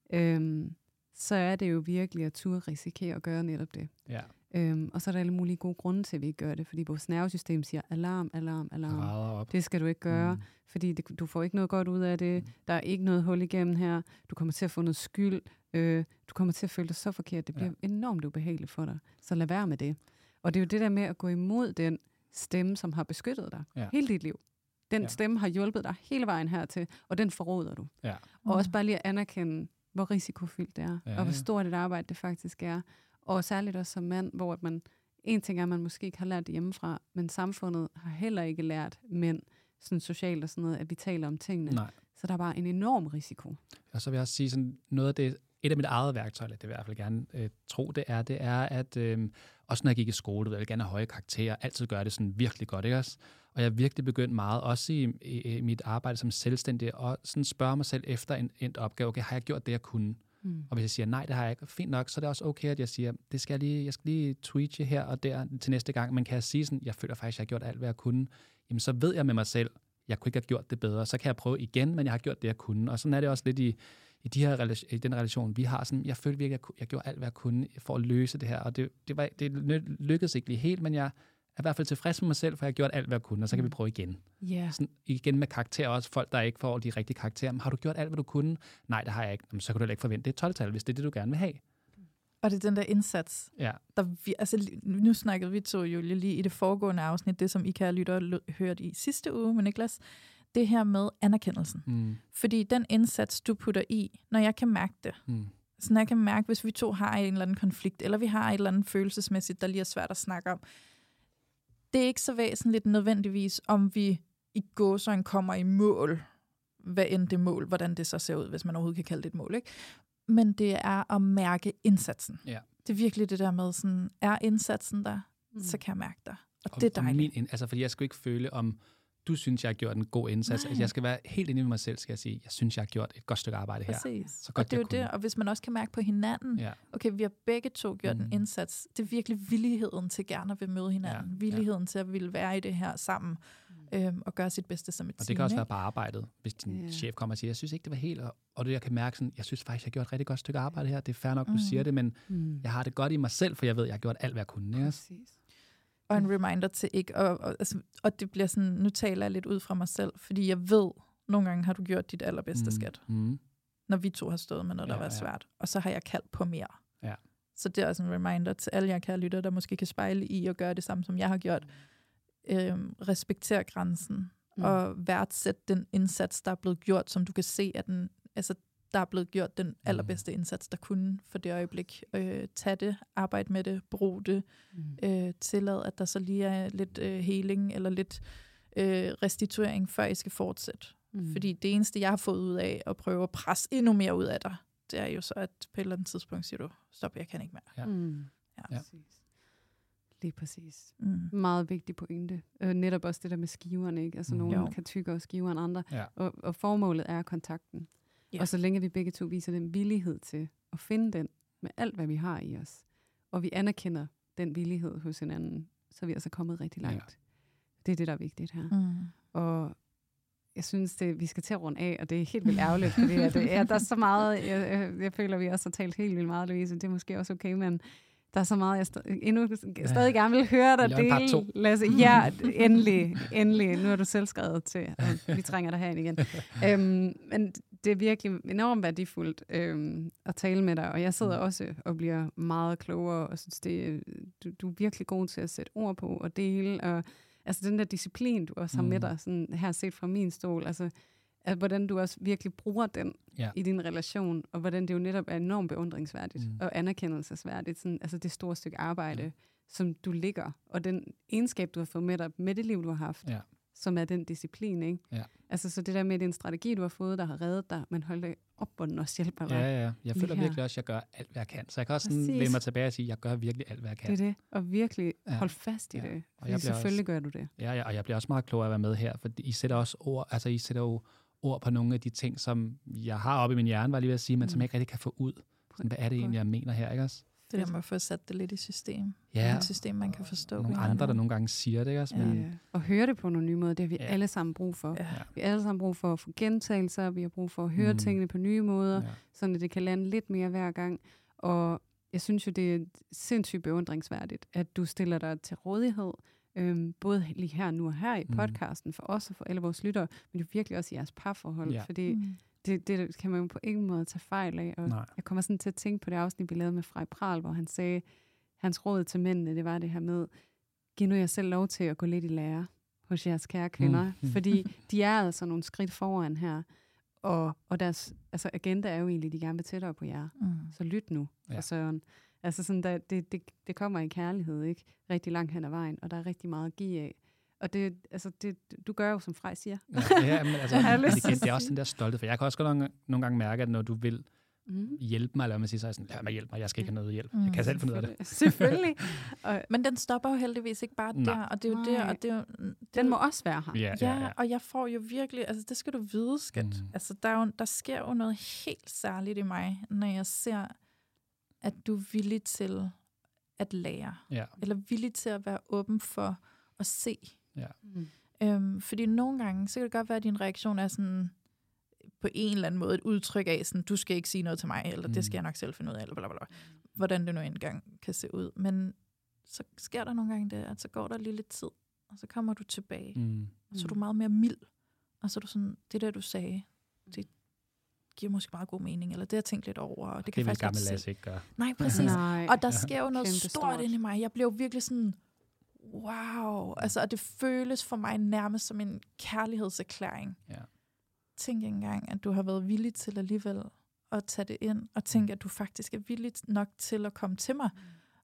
så er det jo virkelig at turde risikere at gøre netop det. Ja. Og så er der alle mulige gode grunde til, at vi ikke gør det, fordi vores nervesystem siger, alarm, alarm, alarm. Det skal du ikke gøre, fordi du får ikke noget godt ud af det. Der er ikke noget hul igennem her. Du kommer til at få noget skyld. Du kommer til at føle dig så forkert. Det bliver enormt ubehageligt for dig. Så lad være med det. Og det er jo det der med at gå imod den stemme, som har beskyttet dig hele dit liv. Den stemme har hjulpet dig hele vejen hertil, og den forråder du. Ja. Og også bare lige at anerkende, hvor risikofyldt det er, og hvor stort et arbejde det faktisk er. Og særligt også som mand, hvor en ting er, at man måske ikke har lært det hjemmefra, men samfundet har heller ikke lært mænd, sådan socialt og sådan noget, at vi taler om tingene. Nej. Så der er bare en enorm risiko. Og så vil jeg også sige, sådan noget af det, et af mit eget værktøj, det vil jeg i hvert fald gerne tro, det er, at også når jeg gik i skole, jeg vil gerne have høje karakterer, altid gøre det sådan virkelig godt, ikke også? Og jeg har virkelig begyndt meget, også i mit arbejde som selvstændig, og sådan spørge mig selv efter en opgave, okay, har jeg gjort det, jeg kunne? Og hvis jeg siger, nej, det har jeg ikke, fint nok, så er det også okay, at jeg siger, jeg skal lige tweake her og der til næste gang, men kan jeg sige sådan, jeg føler faktisk, at jeg har gjort alt, hvad jeg kunne, jamen så ved jeg med mig selv, jeg kunne ikke have gjort det bedre, så kan jeg prøve igen, men jeg har gjort det, jeg kunne. Og sådan er det også lidt i den relation, vi har. Sådan, jeg følte virkelig, at jeg gjorde alt, hvad jeg kunne for at løse det her, og det lykkedes ikke lige helt, men jeg er i hvert fald tilfreds med mig selv, for jeg har gjort alt, hvad jeg kunne, og så kan vi prøve igen. Yeah. Sådan, igen med karakterer også, folk, der ikke får de rigtige karakterer. Men har du gjort alt, hvad du kunne? Nej, det har jeg ikke. Jamen, så kan du heller ikke forvente det 12-tal, hvis det er det, du gerne vil have. Og det er den der indsats. Ja. Nu snakkede vi to, Julie, lige i det foregående afsnit, det som I kære lytter hørte i sidste uge med Niklas, det her med anerkendelsen. Fordi den indsats, du putter i, når jeg kan mærke det, så når jeg kan mærke, hvis vi to har en eller anden konflikt, eller vi har et eller andet følelsesmæssigt, der lige er svært at snakke om, det er ikke så væsentligt nødvendigvis, om vi i gåsøjne kommer i mål, hvad end det mål, hvordan det så ser ud, hvis man overhovedet kan kalde det et mål, ikke? Men det er at mærke indsatsen. Ja. Det er virkelig det der med, sådan, er indsatsen der, så kan jeg mærke dig. Og det er dejligt. Fordi jeg skal ikke føle, om du synes, jeg har gjort en god indsats. Altså, jeg skal være helt inde i mig selv, skal jeg sige, jeg synes, jeg har gjort et godt stykke arbejde her. Præcis. Så godt, og det er jo det, og hvis man også kan mærke på hinanden, okay, vi har begge to gjort en indsats, det er virkelig villigheden til gerne at vil møde hinanden, villigheden til at ville være i det her sammen, og gøre sit bedste som et team. Og det kan også være bare arbejdet, hvis din chef kommer og siger, jeg synes ikke, det var helt, og det jeg kan mærke sådan, jeg synes faktisk, jeg har gjort et rigtig godt stykke arbejde her, det er fair nok, du siger det, men jeg har det godt i mig selv, for jeg ved, jeg har gjort alt, hvad jeg kunne. Præcis. Og en reminder til ikke, og det bliver sådan, nu taler jeg lidt ud fra mig selv, fordi jeg ved, nogle gange har du gjort dit allerbedste, skat. Når vi to har stået med noget, der var svært. Og så har jeg kaldt på mere. Ja. Så det er også en reminder til alle jer kære lytter, der måske kan spejle i og gøre det samme, som jeg har gjort. Respekter grænsen, og værdsæt den indsats, der er blevet gjort, som du kan se, at der er blevet gjort den allerbedste indsats, der kunne for det øjeblik. Tag det, arbejde med det, brug det, tillad, at der så lige er lidt healing, eller lidt restituering, før I skal fortsætte. Fordi det eneste, jeg har fået ud af, at prøve at presse endnu mere ud af dig, det er jo så, at på et eller andet tidspunkt siger du, stop, jeg kan ikke mere. Ja. Lige præcis. Meget vigtig pointe. Netop også det der med skiverne, ikke? Altså nogle kan tykkere skiver end andre. Ja. Og formålet er kontakten. Ja. Og så længe vi begge to viser den villighed til at finde den med alt, hvad vi har i os, og vi anerkender den villighed hos hinanden, så er vi altså kommet rigtig langt. Ja. Det er det, der er vigtigt her. Og jeg synes, vi skal til at runde af, og det er helt vildt ærgerligt, fordi der er så meget, jeg føler, vi også har talt helt vildt meget, Louise, det er måske også okay, men der er så meget, jeg stadig gerne vil høre dig dele. Lasse. Ja, endelig. Nu er du selv skrevet til, og vi trænger dig herind igen. Men det er virkelig enormt værdifuldt at tale med dig, og jeg sidder også og bliver meget klogere, og synes, du er virkelig god til at sætte ord på og dele, og altså den der disciplin, du også har med dig, sådan her set fra min stol, altså hvordan du også virkelig bruger den i din relation, og hvordan det jo netop er enormt beundringsværdigt og anerkendelsesværdigt. Sådan, altså det store stykke arbejde, som du ligger, og den egenskab, du har fået med dig med det liv, du har haft, som er den disciplin, ikke? Ja. Altså, så det der med, det er en strategi, du har fået, der har reddet dig, men hold da op, hvor den også hjælper dig. Ja. Jeg føler her. virkelig også, at jeg gør alt, hvad jeg kan. Så jeg kan også sådan Præcis. læne mig tilbage og sige, at jeg gør virkelig alt, hvad jeg kan. Det er det, og virkelig hold fast i det. Og Fordi jeg bliver selvfølgelig også, gør du det. Ja, og jeg bliver også meget klogere af at være med her, for I sætter også ord, altså I sætter jo ord på nogle af de ting, som jeg har oppe i min hjerne, var lige ved at sige, men som jeg ikke rigtig kan få ud. Sådan, hvad er det egentlig, jeg mener her, ikke også? Det der med at få sat det lidt i system. Ja. Et system, man kan forstå. Nogle andre, der nogle gange siger det, ikke også? Men, Og høre det på nogle nye måder, det har vi alle sammen brug for. Ja. Vi har alle sammen brug for at få gentagelser, vi har brug for at høre tingene på nye måder, sådan at det kan lande lidt mere hver gang. Og jeg synes jo, det er sindssygt beundringsværdigt, at du stiller dig til rådighed, både lige her nu og her i podcasten, for os og for alle vores lyttere, men jo virkelig også i jeres parforhold, fordi det kan man jo på ingen måde tage fejl af. Og jeg kommer sådan til at tænke på det afsnit, vi lavede med Frej Pral, hvor han sagde, hans råd til mændene, det var det her med, giv nu jer selv lov til at gå lidt i lære hos jeres kære kvinder, fordi de er altså nogle skridt foran her, og deres agenda er jo egentlig, de gerne vil tættere på jer. Så lyt nu for Søren. Altså sådan, det kommer i kærlighed, ikke? Rigtig langt hen ad vejen, og der er rigtig meget at give af. Og du gør jo, som Frej siger. Ja, men altså, det er også den der stolthed, for jeg kan også godt nogle gange mærke, at når du vil hjælpe mig, eller man siger, så er jeg sådan, lad mig hjælpe mig, jeg skal ikke have noget hjælp. Jeg kan selv finde ud af det. Selvfølgelig. Men den stopper jo heldigvis ikke bare der, og det er jo der, og det er jo... Den må også være her. Ja, og jeg får jo virkelig, altså det skal du vide, skat. Altså der sker jo noget helt særligt i mig, når jeg ser, at du er villig til at lære, eller villig til at være åben for at se. Ja. Fordi nogle gange, så kan det godt være, at din reaktion er sådan, på en eller anden måde, et udtryk af sådan, du skal ikke sige noget til mig, eller det skal jeg nok selv finde ud af, eller blablabla. Hvordan det nu engang kan se ud. Men så sker der nogle gange det, at så går der lige lidt tid, og så kommer du tilbage, og så er du meget mere mild, og så er du sådan, det der du sagde, det giver måske meget god mening, eller det har jeg tænkt lidt over, og det kan faktisk gammel Lasse ikke gøre. Nej, præcis. Og der sker jo noget stort inde i mig. Jeg blev virkelig sådan, wow, altså, og det føles for mig nærmest som en kærlighedserklæring. Ja. Tænk engang, at du har været villig til alligevel at tage det ind, og tænk, at du faktisk er villig nok til at komme til mig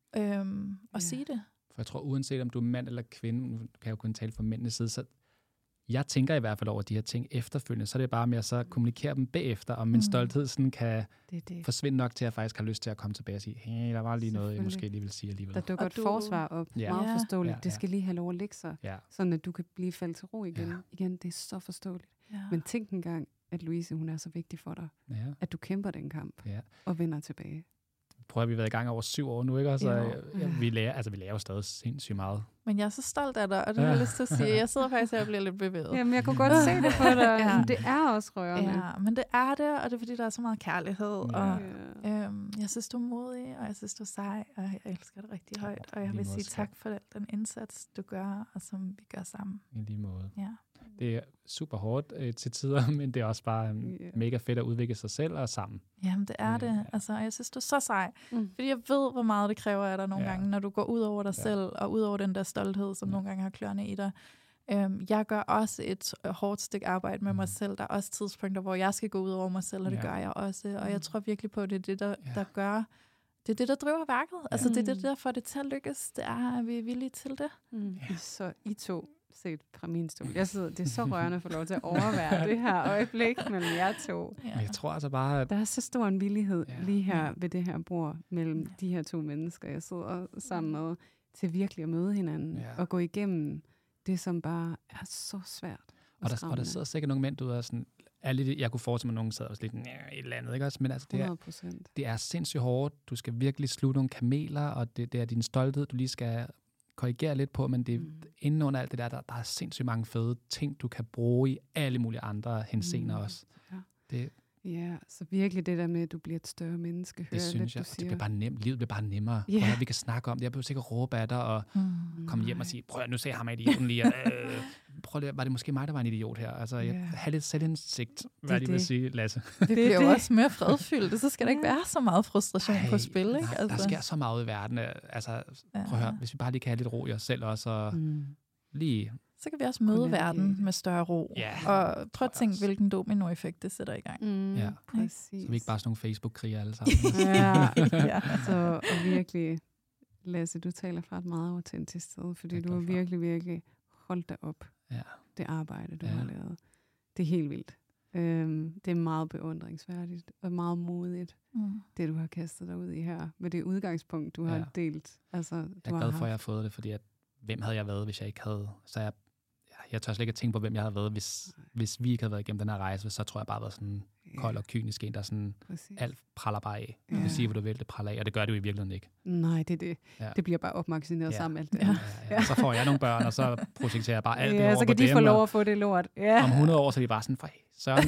og sige det. For jeg tror, uanset om du er mand eller kvinde, nu kan jeg jo kun tale fra mændenes side, så jeg tænker i hvert fald over de her ting efterfølgende, så er det bare med at så kommunikere dem bagefter, og min stolthed sådan kan forsvinde nok til, at jeg faktisk har lyst til at komme tilbage og sige, hey, der var lige noget, jeg måske lige vil sige alligevel. Der dukker et forsvar op, meget forståeligt. Det skal lige have lov at ligge sig, sådan at du kan blive faldet til ro igen. Igen, det er så forståeligt. Ja. Men tænk engang, at Louise, hun er så vigtig for dig, at du kæmper den kamp og vender tilbage. Prøv at vi har været i gang over 7 år nu, ikke? Altså, vi lærer jo stadig sindssygt meget. Men jeg er så stolt af dig, og det har jeg lyst til at sige. Jeg sidder faktisk her og bliver lidt bevæget. Jamen, jeg kunne godt se det på dig. Det er også rørende. Ja, men det er det, og det er fordi, der er så meget kærlighed. Og jeg synes, du er modig, og jeg synes, du er sej, og jeg elsker det rigtig højt. Og jeg vil sige tak for den indsats, du gør, og som vi gør sammen. I lige måde. Ja. Det er super hårdt til tider, men det er også bare mega fedt at udvikle sig selv og sammen. Jamen, det er det. Altså, jeg synes, du er så sej. Fordi jeg ved, hvor meget det kræver af dig nogle gange, når du går ud over dig selv, og ud over den der stolthed, som nogle gange har klørende i dig. Jeg gør også et hårdt stykke arbejde med mig selv. Der er også tidspunkter, hvor jeg skal gå ud over mig selv, og det gør jeg også. Og jeg tror virkelig på, at det er det, der gør... Det er det, der driver værket. Altså, det er det, der får det til at lykkes. Det er, at vi er villige til det. Så I to, set fra min stol. Det er så rørende at få lov til at overvære det her øjeblik mellem jer to. Ja. Jeg tror altså bare, at... Der er så stor en villighed lige her ved det her bord mellem de her to mennesker, jeg sidder sammen med, til virkelig at møde hinanden og gå igennem det, som bare er så svært. Og der sidder sikkert nogle mænd ude og sådan... Jeg kunne forestille mig, at nogen sad også lidt et eller andet, ikke også? Men altså, det er sindssygt hårdt. Du skal virkelig slutte nogle kameler, og det er din stolthed, du lige skal korrigere lidt på, men det er inden under alt det der er sindssygt mange fede ting, du kan bruge i alle mulige andre henseender også. Ja, så virkelig det der med, at du bliver et større menneske. Det synes jeg, det bliver bare nemt. Livet bliver bare nemmere. Yeah. Vi kan snakke om det. Jeg behøver sikkert råbe af dig og komme hjem og sige, prøv nu sagde jeg ham af idioten lige. Var det måske mig, der var en idiot her? Altså, jeg har lidt selvindsigt, hvad jeg vil sige, Lasse. Det bliver jo også mere fredfyldt, så skal der ikke være så meget frustration på spil. Ikke? Altså. Der sker så meget i verden. Altså, prøv at høre, hvis vi bare lige kan have lidt ro i os selv også, og lige... Så kan vi også møde verden med større ro. Og prøv at tænke, hvilken dominoeffekt det sætter i gang. Præcis. Så vi ikke bare sådan nogle Facebook-kriger alle sammen. Så og virkelig, Lasse, du taler fra et meget autentisk sted, fordi du har virkelig holdt dig op det arbejde, du har lavet. Det er helt vildt. Det er meget beundringsværdigt og meget modigt, det du har kastet dig ud i her, med det udgangspunkt, du har delt. Altså, jeg er glad for, at jeg har fået det, fordi hvem havde jeg været, hvis jeg ikke havde... Så jeg tør slet ikke at tænke på, hvem jeg havde været, hvis vi ikke havde været igennem den her rejse, så tror jeg bare, været sådan kold og kynisk en, der sådan, alt praller bare af. Du kan sige, hvad du vil, det praller af, og det gør det jo i virkeligheden ikke. Nej, det er det. Ja. Det bliver bare opmagasineret sammen alt det. Ja. Så får jeg nogle børn, og så projekterer jeg bare alt det over på dem. Så kan de få lov at få det lort. Ja. Om 100 år, så er de bare sådan, for søren,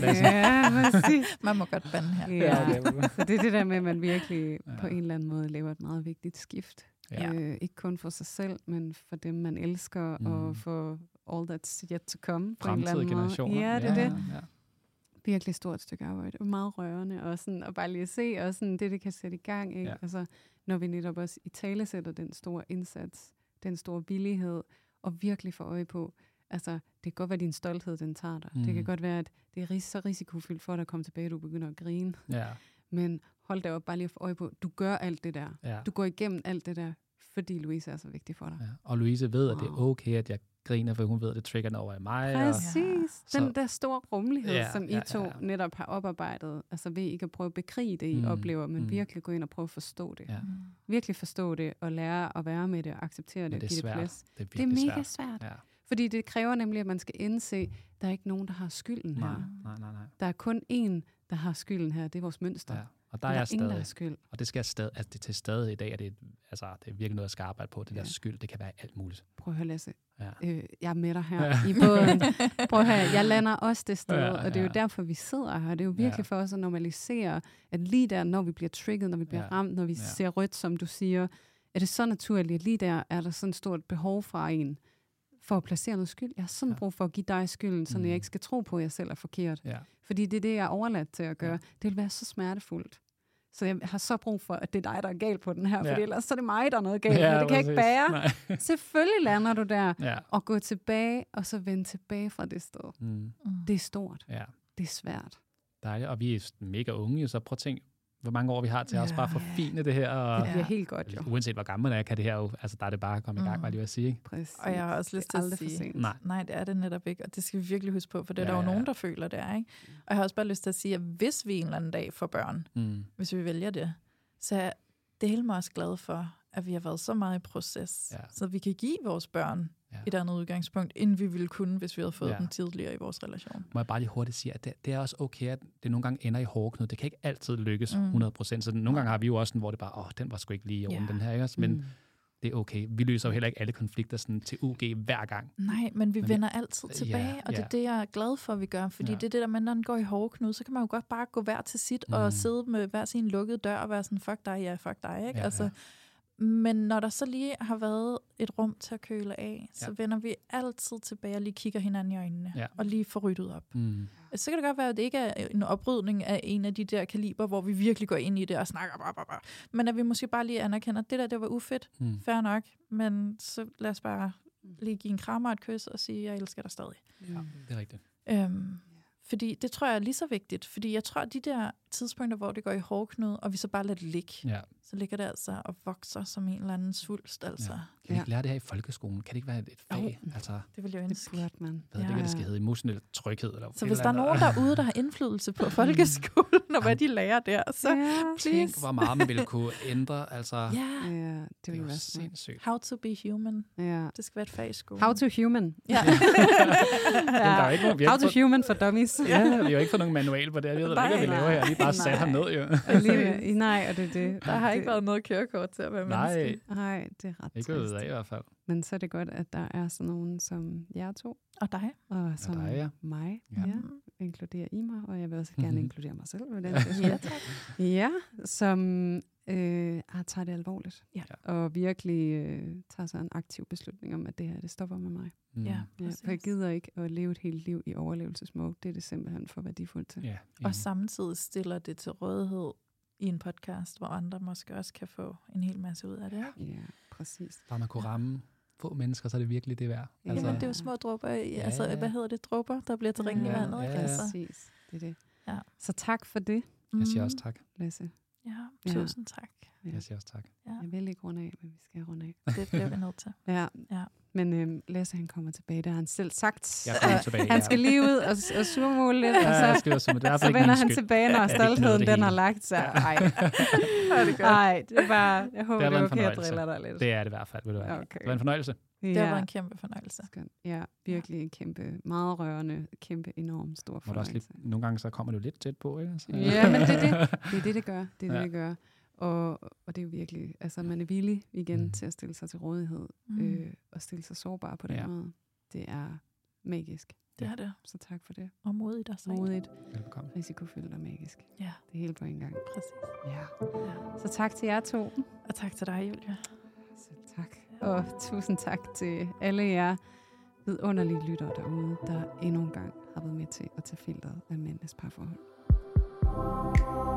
man må godt bande her. Ja. Så det er det der med, at man virkelig på en eller anden måde laver et meget vigtigt skift. Ja. Ikke kun for sig selv, men for dem, man elsker, og for all that's yet to come. Fremtidige generationer. Ja, det er det. Ja. Virkelig stort stykke arbejde. Og meget rørende. Og bare lige at se, og sådan, det kan sætte i gang. Ikke? Ja. Altså, når vi netop også i tale sætter den store indsats, den store villighed, og virkelig får øje på, altså, det kan godt være, din stolthed, den tager dig. Det kan godt være, at det er så risikofyldt for dig at komme tilbage, du begynder at grine. Ja. Men hold da op, bare lige at få øje på, du gør alt det der. Ja. Du går igennem alt det der, fordi Louise er så vigtig for dig. Ja. Og Louise ved, at det er okay, at jeg griner, for hun ved, at det trigger over i mig. Præcis. Den der store rummelighed, som I to netop har oparbejdet, altså ved ikke at prøve at bekrige det, I oplever, men virkelig gå ind og prøve at forstå det. Ja. Virkelig forstå det, og lære at være med det, og acceptere det, og give det plads. Det er mega svært. Ja. Fordi det kræver nemlig, at man skal indse, at der er ikke nogen, der har skylden her. Nej. Der er kun én, der har skylden her. Det er vores mønster. Ja. Og der er jeg stadig. Der skyld. Og det skal jeg stadig, altså det til stadig i dag, at det er virkelig noget, jeg skal arbejde på. Det der skyld, det kan være alt muligt. Prøv at høre, Lasse. Ja. Jeg er med dig her i båden. Prøv at høre, jeg lander også det sted, og det er jo derfor, vi sidder her. Det er jo virkelig for os at normalisere, at lige der, når vi bliver trigget, når vi bliver ramt, når vi ser rødt, som du siger, er det så naturligt, at lige der er der sådan et stort behov fra en, for at placere noget skyld. Jeg har sådan brug for at give dig skylden, så jeg ikke skal tro på, at jeg selv er forkert. Ja. Fordi det er det, jeg er overladt til at gøre. Ja. Det vil være så smertefuldt. Så jeg har så brug for, at det er dig, der er galt på den her, fordi ellers så er det mig, der er noget galt. Ja, det kan jeg ikke bære. Selvfølgelig lander du der, og gå tilbage, og så vende tilbage fra det sted. Det er stort. Ja. Det er svært. Dejligt, og vi er mega unge, så prøv at tænke, hvor mange år vi har til at også bare forfine det her. Og det bliver helt godt, jo. Uanset hvor gammel man er, kan det her jo, altså der er det bare at komme i gang, var lige at sige. Præcis. Og jeg har også lyst til at sige, nej, det er det netop ikke, og det skal vi virkelig huske på, for det er der jo nogen, der føler det er, ikke? Og jeg har også bare lyst til at sige, at hvis vi en eller anden dag får børn, hvis vi vælger det, så er det mig også glad for, at vi har været så meget i proces, så vi kan give vores børn et andet udgangspunkt, end vi ville kunne, hvis vi havde fået dem tidligere i vores relation. Må jeg bare lige hurtigt sige, at det er også okay, at det nogle gange ender i hårdknud. Det kan ikke altid lykkes 100%. Så nogle gange har vi jo også sådan, hvor det bare, den var sgu ikke lige i orden, den her, ikke? Men det er okay. Vi løser jo heller ikke alle konflikter sådan til UG hver gang. Nej, men vi vender altid tilbage, og det er det, jeg er glad for, at vi gør. Fordi det er det der, når den går i hårdknud, så kan man jo godt bare gå hver til sit, og sidde med hver sin lukkede dør, og være sådan, fuck dig, fuck dig, ikke? Altså, men når der så lige har været et rum til at køle af, så vender vi altid tilbage og lige kigger hinanden i øjnene, og lige får ryddet op. Så kan det godt være, at det ikke er en oprydning af en af de der kaliber, hvor vi virkelig går ind i det og snakker, men at vi måske bare lige anerkender, at det var ufedt, fair nok, men så lad os bare lige give en krammer og et kys og sige, jeg elsker dig stadig. Ja, det er rigtigt. Fordi det tror jeg er lige så vigtigt, fordi jeg tror, at de der tidspunkter, hvor det går i hårdknud, og vi så bare lader det ligge, så ligger det altså og vokser som en eller anden svulst. Altså. Ja. Kan vi ikke lære det her i folkeskolen? Kan det ikke være et fag? Altså, det vil jeg ønske. Det burde man. Jeg ved ikke, hvad det skal hedde. Emotionel tryghed. Eller så hvis der er nogen derude, der har indflydelse på folkeskolen, og hvad de lærer der, så please. Tænk, hvor meget man ville kunne ændre. Altså, det ville være sindssygt. How to be human. Ja. Det skal være et fag i skolen. How to human. Ja. How to human for dummies. Ja, vi har jo ikke fået nogen manual på det. Jeg ved ikke, hvad vi laver her. Vi er bare sat herned, jo. Nej, og det. Der har ikke været noget kørekort til at være menneske. Nej, det er ret trist. Ikke ved i hvert fald. Men så er det godt, at der er sådan nogen som jer to. Og dig. Og som mig. Ja. Inkluderer I mig, og jeg vil også gerne inkludere mig selv. Som tager det alvorligt. Ja. Og virkelig tager sig en aktiv beslutning om, at det her, det stopper med mig. For jeg gider ikke at leve et helt liv i overlevelsesmode. Det er det simpelthen for værdifuldt til. Ja, og samtidig stiller det til rådighed i en podcast, hvor andre måske også kan få en hel masse ud af det. Ja, præcis. Bare man kunne ramme få mennesker, så er det virkelig det værd. Altså, det er jo små dråber. Altså, hvad hedder det? Dråber, der bliver til ringen i vandet. Ja, præcis. Det er det. Ja. Så tak for det. Jeg siger også tak. Lasse. Ja, tusind tak. Ja. Jeg siger også tak. Ja. Jeg vil ikke runde af, men vi skal runde af. Det bliver vi nødt til. Ja. Ja. Men Lasse, han kommer tilbage, det har han selv sagt. Jeg kommer tilbage. Han skal lige ud og surmåle lidt, og så vender han tilbage, når stoltheden den har lagt sig. Ej, det er bare, jeg håber, det er okay at drille dig lidt. Det er det i hvert fald, vil du være. Okay. Det var en fornøjelse. Det har været en kæmpe fornøjelse. Ja, virkelig en kæmpe, meget rørende, kæmpe, enormt stor fornøjelse. Nogle gange så kommer du lidt tæt på, ikke? Så. Ja, men det er det gør. Det er det gør. Og det er jo virkelig, altså man er villig igen til at stille sig til rådighed, og stille sig sårbar på den måde. Det er magisk. Det er det. Så tak for det. Og modigt også. Modigt. Velkommen. Risikofyldt og magisk. Ja. Det er hele på en gang. Præcis. Ja. Så tak til jer to. Og tak til dig, Julia. Selv tak. Og tusind tak til alle jer vidunderlige lyttere derude, der endnu en gang har været med til at tage filteret af mændenes parforhold.